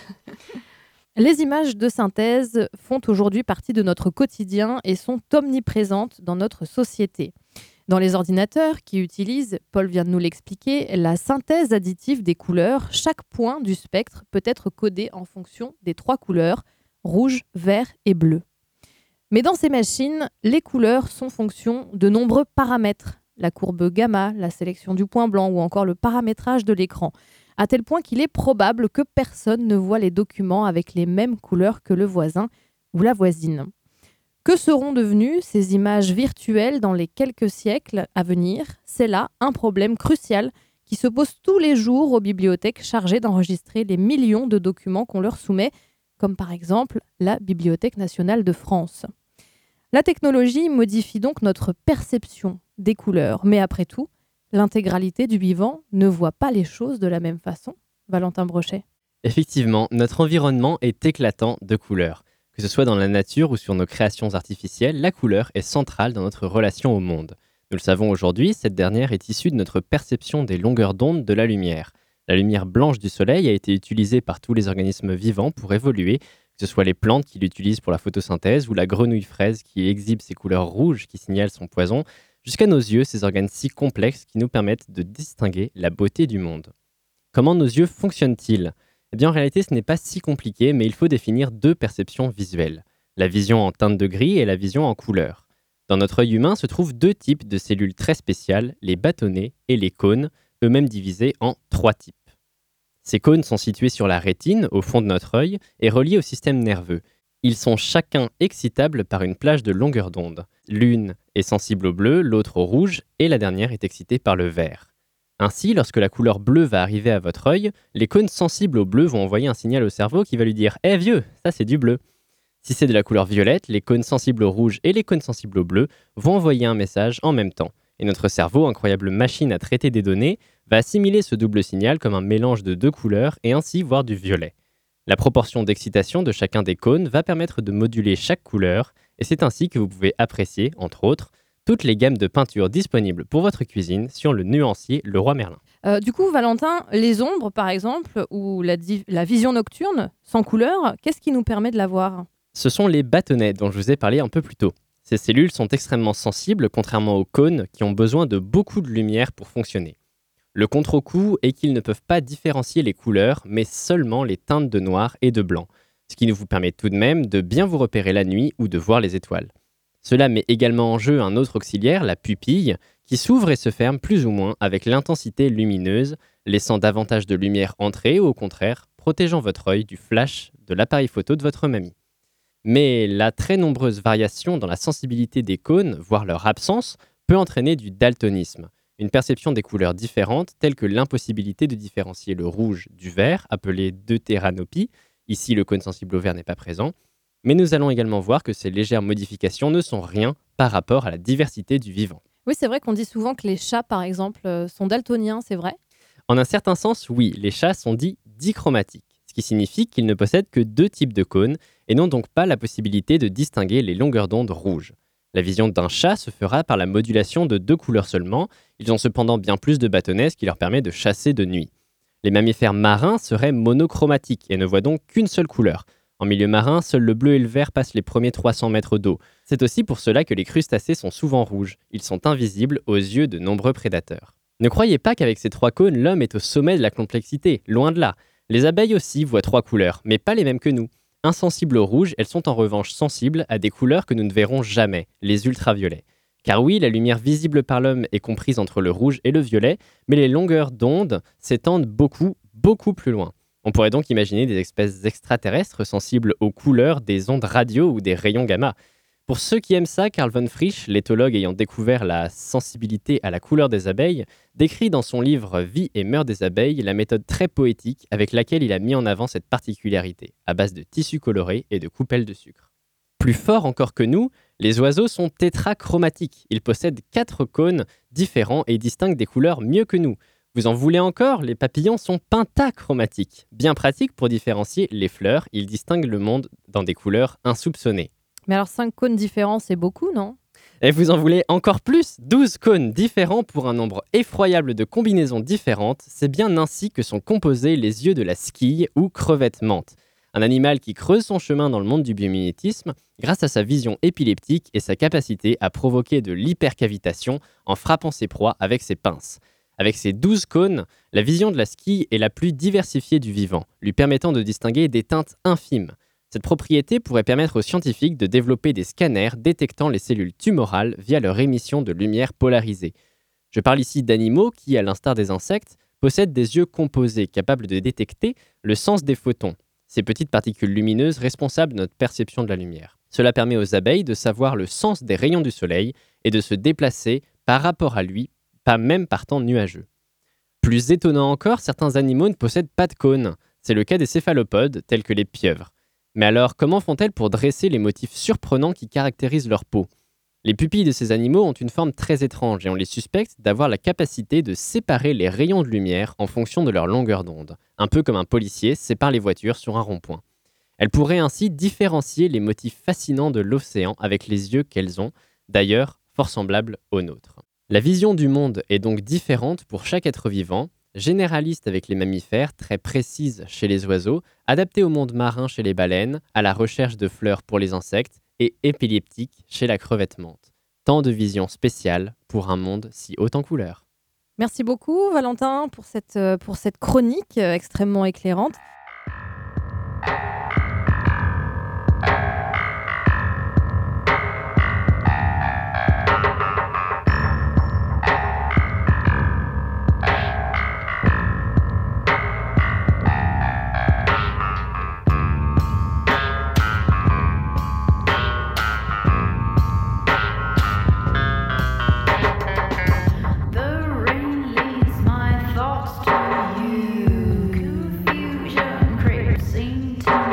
Les images de synthèse font aujourd'hui partie de notre quotidien et sont omniprésentes dans notre société. Dans les ordinateurs qui utilisent, Paul vient de nous l'expliquer, la synthèse additive des couleurs, chaque point du spectre peut être codé en fonction des trois couleurs, rouge, vert et bleu. Mais dans ces machines, les couleurs sont fonction de nombreux paramètres. La courbe gamma, la sélection du point blanc ou encore le paramétrage de l'écran, à tel point qu'il est probable que personne ne voit les documents avec les mêmes couleurs que le voisin ou la voisine. Que seront devenues ces images virtuelles dans les quelques siècles à venir ? C'est là un problème crucial qui se pose tous les jours aux bibliothèques chargées d'enregistrer les millions de documents qu'on leur soumet, comme par exemple la Bibliothèque nationale de France. La technologie modifie donc notre perception des couleurs, mais après tout, l'intégralité du vivant ne voit pas les choses de la même façon. Valentin Brochet. Effectivement, notre environnement est éclatant de couleurs. Que ce soit dans la nature ou sur nos créations artificielles, la couleur est centrale dans notre relation au monde. Nous le savons aujourd'hui, cette dernière est issue de notre perception des longueurs d'onde de la lumière. La lumière blanche du soleil a été utilisée par tous les organismes vivants pour évoluer, que ce soit les plantes qui l'utilisent pour la photosynthèse ou la grenouille fraise qui exhibe ses couleurs rouges qui signalent son poison, jusqu'à nos yeux, ces organes si complexes qui nous permettent de distinguer la beauté du monde. Comment nos yeux fonctionnent-ils ? Eh bien, en réalité, ce n'est pas si compliqué, mais il faut définir deux perceptions visuelles. La vision en teinte de gris et la vision en couleur. Dans notre œil humain se trouvent deux types de cellules très spéciales, les bâtonnets et les cônes, eux-mêmes divisés en trois types. Ces cônes sont situés sur la rétine, au fond de notre œil, et reliés au système nerveux. Ils sont chacun excitables par une plage de longueur d'onde. L'une est sensible au bleu, l'autre au rouge, et la dernière est excitée par le vert. Ainsi, lorsque la couleur bleue va arriver à votre œil, les cônes sensibles au bleu vont envoyer un signal au cerveau qui va lui dire « Eh vieux, ça c'est du bleu !» Si c'est de la couleur violette, les cônes sensibles au rouge et les cônes sensibles au bleu vont envoyer un message en même temps. Et notre cerveau, incroyable machine à traiter des données, va assimiler ce double signal comme un mélange de deux couleurs et ainsi voir du violet. La proportion d'excitation de chacun des cônes va permettre de moduler chaque couleur et c'est ainsi que vous pouvez apprécier, entre autres, toutes les gammes de peintures disponibles pour votre cuisine sur le nuancier Leroy Merlin. Euh, du coup, Valentin, les ombres, par exemple, ou la, di- la vision nocturne, sans couleur, qu'est-ce qui nous permet de la voir ? Ce sont les bâtonnets dont je vous ai parlé un peu plus tôt. Ces cellules sont extrêmement sensibles, contrairement aux cônes qui ont besoin de beaucoup de lumière pour fonctionner. Le contre-coup est qu'ils ne peuvent pas différencier les couleurs, mais seulement les teintes de noir et de blanc, ce qui vous permet tout de même de bien vous repérer la nuit ou de voir les étoiles. Cela met également en jeu un autre auxiliaire, la pupille, qui s'ouvre et se ferme plus ou moins avec l'intensité lumineuse, laissant davantage de lumière entrer ou au contraire, protégeant votre œil du flash de l'appareil photo de votre mamie. Mais la très nombreuse variation dans la sensibilité des cônes, voire leur absence, peut entraîner du daltonisme, une perception des couleurs différentes telle que l'impossibilité de différencier le rouge du vert, appelé deutéranopie. Ici, le cône sensible au vert n'est pas présent. Mais nous allons également voir que ces légères modifications ne sont rien par rapport à la diversité du vivant. Oui, c'est vrai qu'on dit souvent que les chats, par exemple, euh, sont daltoniens, c'est vrai ? En un certain sens, oui, les chats sont dits dichromatiques, ce qui signifie qu'ils ne possèdent que deux types de cônes et n'ont donc pas la possibilité de distinguer les longueurs d'onde rouges. La vision d'un chat se fera par la modulation de deux couleurs seulement. Ils ont cependant bien plus de bâtonnets, ce qui leur permet de chasser de nuit. Les mammifères marins seraient monochromatiques et ne voient donc qu'une seule couleur. En milieu marin, seul le bleu et le vert passent les premiers trois cents mètres d'eau. C'est aussi pour cela que les crustacés sont souvent rouges. Ils sont invisibles aux yeux de nombreux prédateurs. Ne croyez pas qu'avec ces trois cônes, l'homme est au sommet de la complexité. Loin de là. Les abeilles aussi voient trois couleurs, mais pas les mêmes que nous. Insensibles au rouge, elles sont en revanche sensibles à des couleurs que nous ne verrons jamais, les ultraviolets. Car oui, la lumière visible par l'homme est comprise entre le rouge et le violet, mais les longueurs d'onde s'étendent beaucoup, beaucoup plus loin. On pourrait donc imaginer des espèces extraterrestres sensibles aux couleurs des ondes radio ou des rayons gamma. Pour ceux qui aiment ça, Carl von Frisch, l'éthologue ayant découvert la sensibilité à la couleur des abeilles, décrit dans son livre « Vie et mœurs des abeilles » la méthode très poétique avec laquelle il a mis en avant cette particularité, à base de tissus colorés et de coupelles de sucre. Plus fort encore que nous, les oiseaux sont tétrachromatiques. Ils possèdent quatre cônes différents et distinguent des couleurs mieux que nous. Vous en voulez encore ? Les papillons sont pentachromatiques. Bien pratiques pour différencier les fleurs, ils distinguent le monde dans des couleurs insoupçonnées. Mais alors cinq cônes différents, c'est beaucoup, non ? Et vous en voulez encore plus ? douze cônes différents pour un nombre effroyable de combinaisons différentes, c'est bien ainsi que sont composés les yeux de la squille ou crevette menthe, un animal qui creuse son chemin dans le monde du biomimétisme grâce à sa vision épileptique et sa capacité à provoquer de l'hypercavitation en frappant ses proies avec ses pinces. Avec ses douze cônes, la vision de la squille est la plus diversifiée du vivant, lui permettant de distinguer des teintes infimes. Cette propriété pourrait permettre aux scientifiques de développer des scanners détectant les cellules tumorales via leur émission de lumière polarisée. Je parle ici d'animaux qui, à l'instar des insectes, possèdent des yeux composés capables de détecter le sens des photons, ces petites particules lumineuses responsables de notre perception de la lumière. Cela permet aux abeilles de savoir le sens des rayons du soleil et de se déplacer par rapport à lui, pas même par temps nuageux. Plus étonnant encore, certains animaux ne possèdent pas de cônes. C'est le cas des céphalopodes, tels que les pieuvres. Mais alors, comment font-elles pour dresser les motifs surprenants qui caractérisent leur peau ? Les pupilles de ces animaux ont une forme très étrange et on les suspecte d'avoir la capacité de séparer les rayons de lumière en fonction de leur longueur d'onde, un peu comme un policier sépare les voitures sur un rond-point. Elles pourraient ainsi différencier les motifs fascinants de l'océan avec les yeux qu'elles ont, d'ailleurs fort semblables aux nôtres. La vision du monde est donc différente pour chaque être vivant, généraliste avec les mammifères, très précise chez les oiseaux, adaptée au monde marin chez les baleines, à la recherche de fleurs pour les insectes et épileptique chez la crevette menthe. Tant de visions spéciales pour un monde si haut en couleurs. Merci beaucoup Valentin pour cette, pour cette chronique extrêmement éclairante. Thoughts to you, confusion creeps into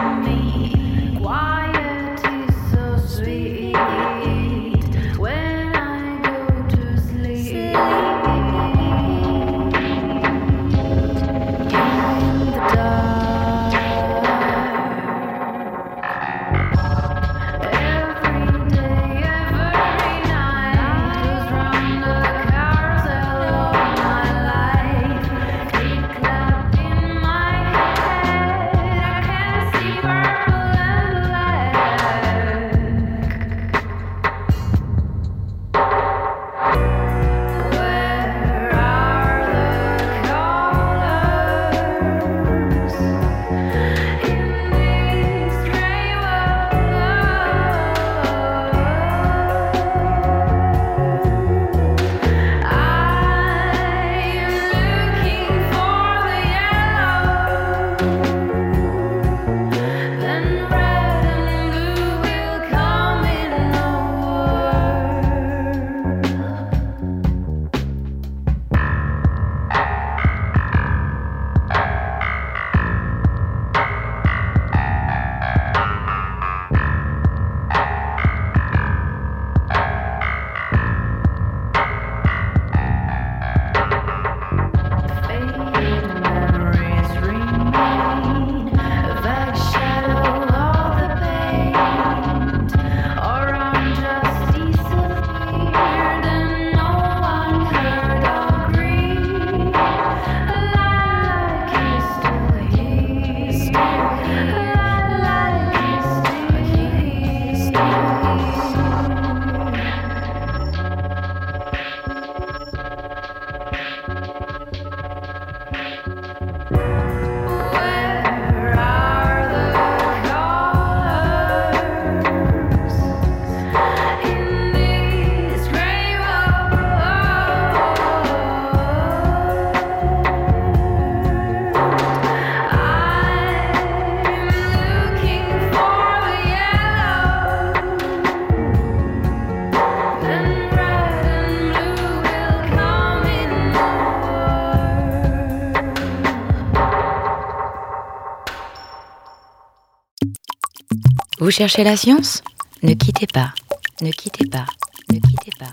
Vous cherchez la science ? Ne quittez pas, ne quittez pas, ne quittez pas.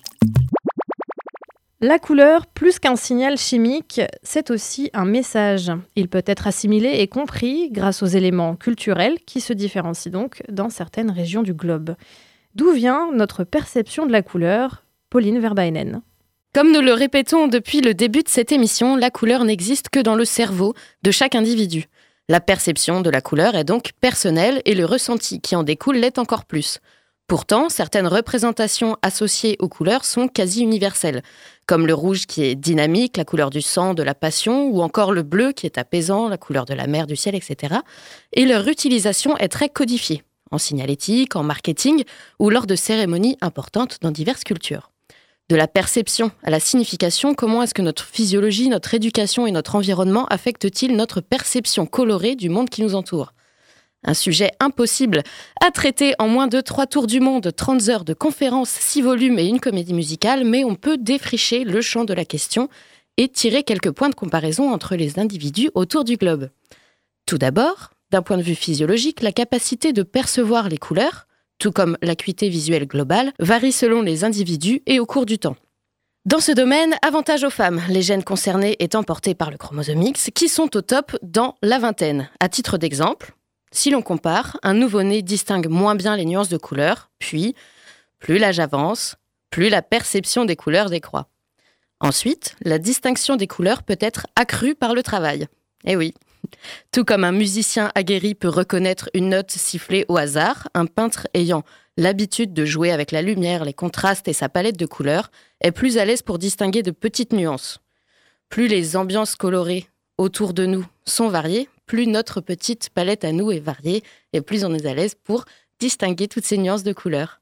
La couleur, plus qu'un signal chimique, c'est aussi un message. Il peut être assimilé et compris grâce aux éléments culturels qui se différencient donc dans certaines régions du globe. D'où vient notre perception de la couleur ? Pauline Verbaenen. Comme nous le répétons depuis le début de cette émission, la couleur n'existe que dans le cerveau de chaque individu. La perception de la couleur est donc personnelle et le ressenti qui en découle l'est encore plus. Pourtant, certaines représentations associées aux couleurs sont quasi universelles, comme le rouge qui est dynamique, la couleur du sang, de la passion, ou encore le bleu qui est apaisant, la couleur de la mer, du ciel, et cetera. Et leur utilisation est très codifiée, en signalétique, en marketing, ou lors de cérémonies importantes dans diverses cultures. De la perception à la signification, comment est-ce que notre physiologie, notre éducation et notre environnement affectent-ils notre perception colorée du monde qui nous entoure ? Un sujet impossible à traiter en moins de trois tours du monde, trente heures de conférences, six volumes et une comédie musicale, mais on peut défricher le champ de la question et tirer quelques points de comparaison entre les individus autour du globe. Tout d'abord, d'un point de vue physiologique, la capacité de percevoir les couleurs, tout comme l'acuité visuelle globale, varie selon les individus et au cours du temps. Dans ce domaine, avantage aux femmes, les gènes concernés étant portés par le chromosome X, qui sont au top dans la vingtaine. À titre d'exemple, si l'on compare, un nouveau-né distingue moins bien les nuances de couleurs, puis, plus l'âge avance, plus la perception des couleurs décroît. Ensuite, la distinction des couleurs peut être accrue par le travail. Eh oui, tout comme un musicien aguerri peut reconnaître une note sifflée au hasard, un peintre ayant l'habitude de jouer avec la lumière, les contrastes et sa palette de couleurs est plus à l'aise pour distinguer de petites nuances. Plus les ambiances colorées autour de nous sont variées, plus notre petite palette à nous est variée et plus on est à l'aise pour distinguer toutes ces nuances de couleurs.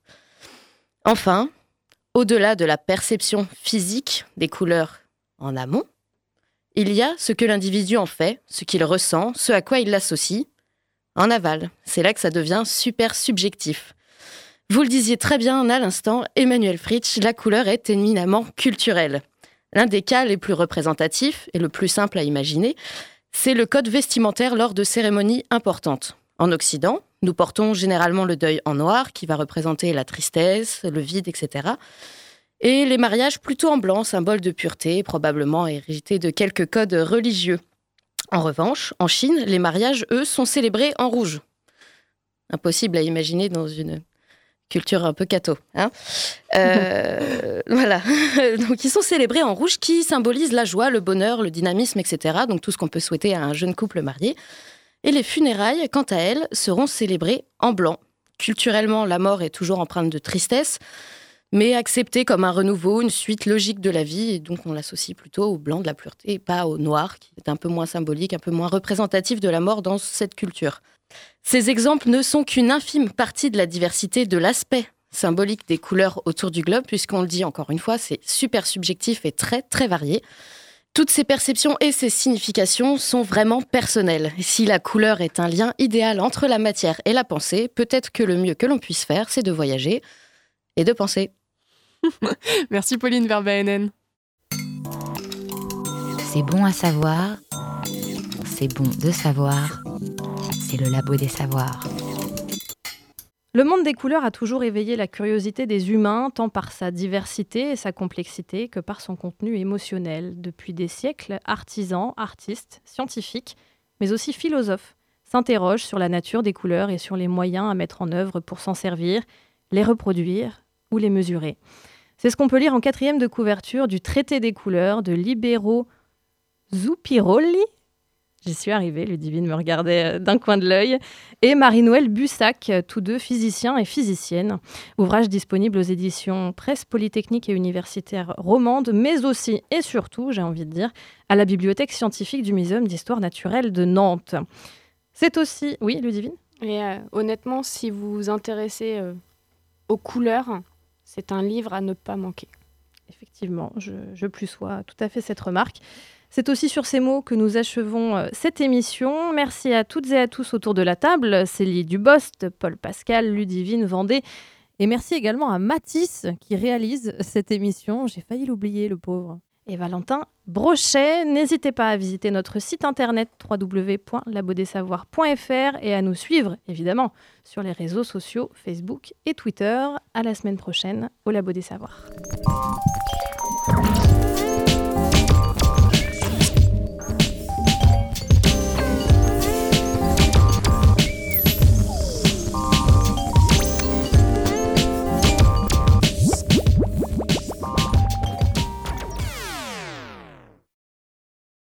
Enfin, au-delà de la perception physique des couleurs en amont, il y a ce que l'individu en fait, ce qu'il ressent, ce à quoi il l'associe, en aval. C'est là que ça devient super subjectif. Vous le disiez très bien à l'instant, Emmanuel Fritsch, la couleur est éminemment culturelle. L'un des cas les plus représentatifs et le plus simple à imaginer, c'est le code vestimentaire lors de cérémonies importantes. En Occident, nous portons généralement le deuil en noir, qui va représenter la tristesse, le vide, et cetera. Et les mariages plutôt en blanc, symbole de pureté, probablement hérité de quelques codes religieux. En revanche, en Chine, les mariages, eux, sont célébrés en rouge. Impossible à imaginer dans une culture un peu catho. Hein euh, voilà. Donc, ils sont célébrés en rouge qui symbolise la joie, le bonheur, le dynamisme, et cetera. Donc, tout ce qu'on peut souhaiter à un jeune couple marié. Et les funérailles, quant à elles, seront célébrées en blanc. Culturellement, la mort est toujours empreinte de tristesse, mais acceptée comme un renouveau, une suite logique de la vie. Et donc, on l'associe plutôt au blanc de la pureté et pas au noir, qui est un peu moins symbolique, un peu moins représentatif de la mort dans cette culture. Ces exemples ne sont qu'une infime partie de la diversité de l'aspect symbolique des couleurs autour du globe, puisqu'on le dit encore une fois, c'est super subjectif et très, très varié. Toutes ces perceptions et ces significations sont vraiment personnelles. Si la couleur est un lien idéal entre la matière et la pensée, peut-être que le mieux que l'on puisse faire, c'est de voyager et de penser. Merci Pauline Verbaenen. C'est bon à savoir, c'est bon de savoir, c'est le labo des savoirs. Le monde des couleurs a toujours éveillé la curiosité des humains, tant par sa diversité et sa complexité que par son contenu émotionnel. Depuis des siècles, artisans, artistes, scientifiques, mais aussi philosophes, s'interrogent sur la nature des couleurs et sur les moyens à mettre en œuvre pour s'en servir, les reproduire ou les mesurer. C'est ce qu'on peut lire en quatrième de couverture du Traité des couleurs de Libero Zuppirolli. J'y suis arrivée, Ludivine me regardait d'un coin de l'œil. Et Marie-Noëlle Bussac, tous deux physiciens et physiciennes. Ouvrage disponible aux éditions Presse Polytechnique et Universitaire Romande, mais aussi et surtout, j'ai envie de dire, à la bibliothèque scientifique du Muséum d'Histoire naturelle de Nantes. C'est aussi... Oui, Ludivine ? Et euh, honnêtement, si vous vous intéressez euh, aux couleurs, c'est un livre à ne pas manquer. Effectivement, je, je plus sois tout à fait cette remarque. C'est aussi sur ces mots que nous achevons cette émission. Merci à toutes et à tous autour de la table. Célie Dubost, Paul Pascal, Ludivine Vendée. Et merci également à Mathis qui réalise cette émission. J'ai failli l'oublier, le pauvre. et Valentin Brochet. N'hésitez pas à visiter notre site internet w w w point labo des savoirs point f r et à nous suivre, évidemment, sur les réseaux sociaux Facebook et Twitter. À la semaine prochaine au Labo des Savoirs.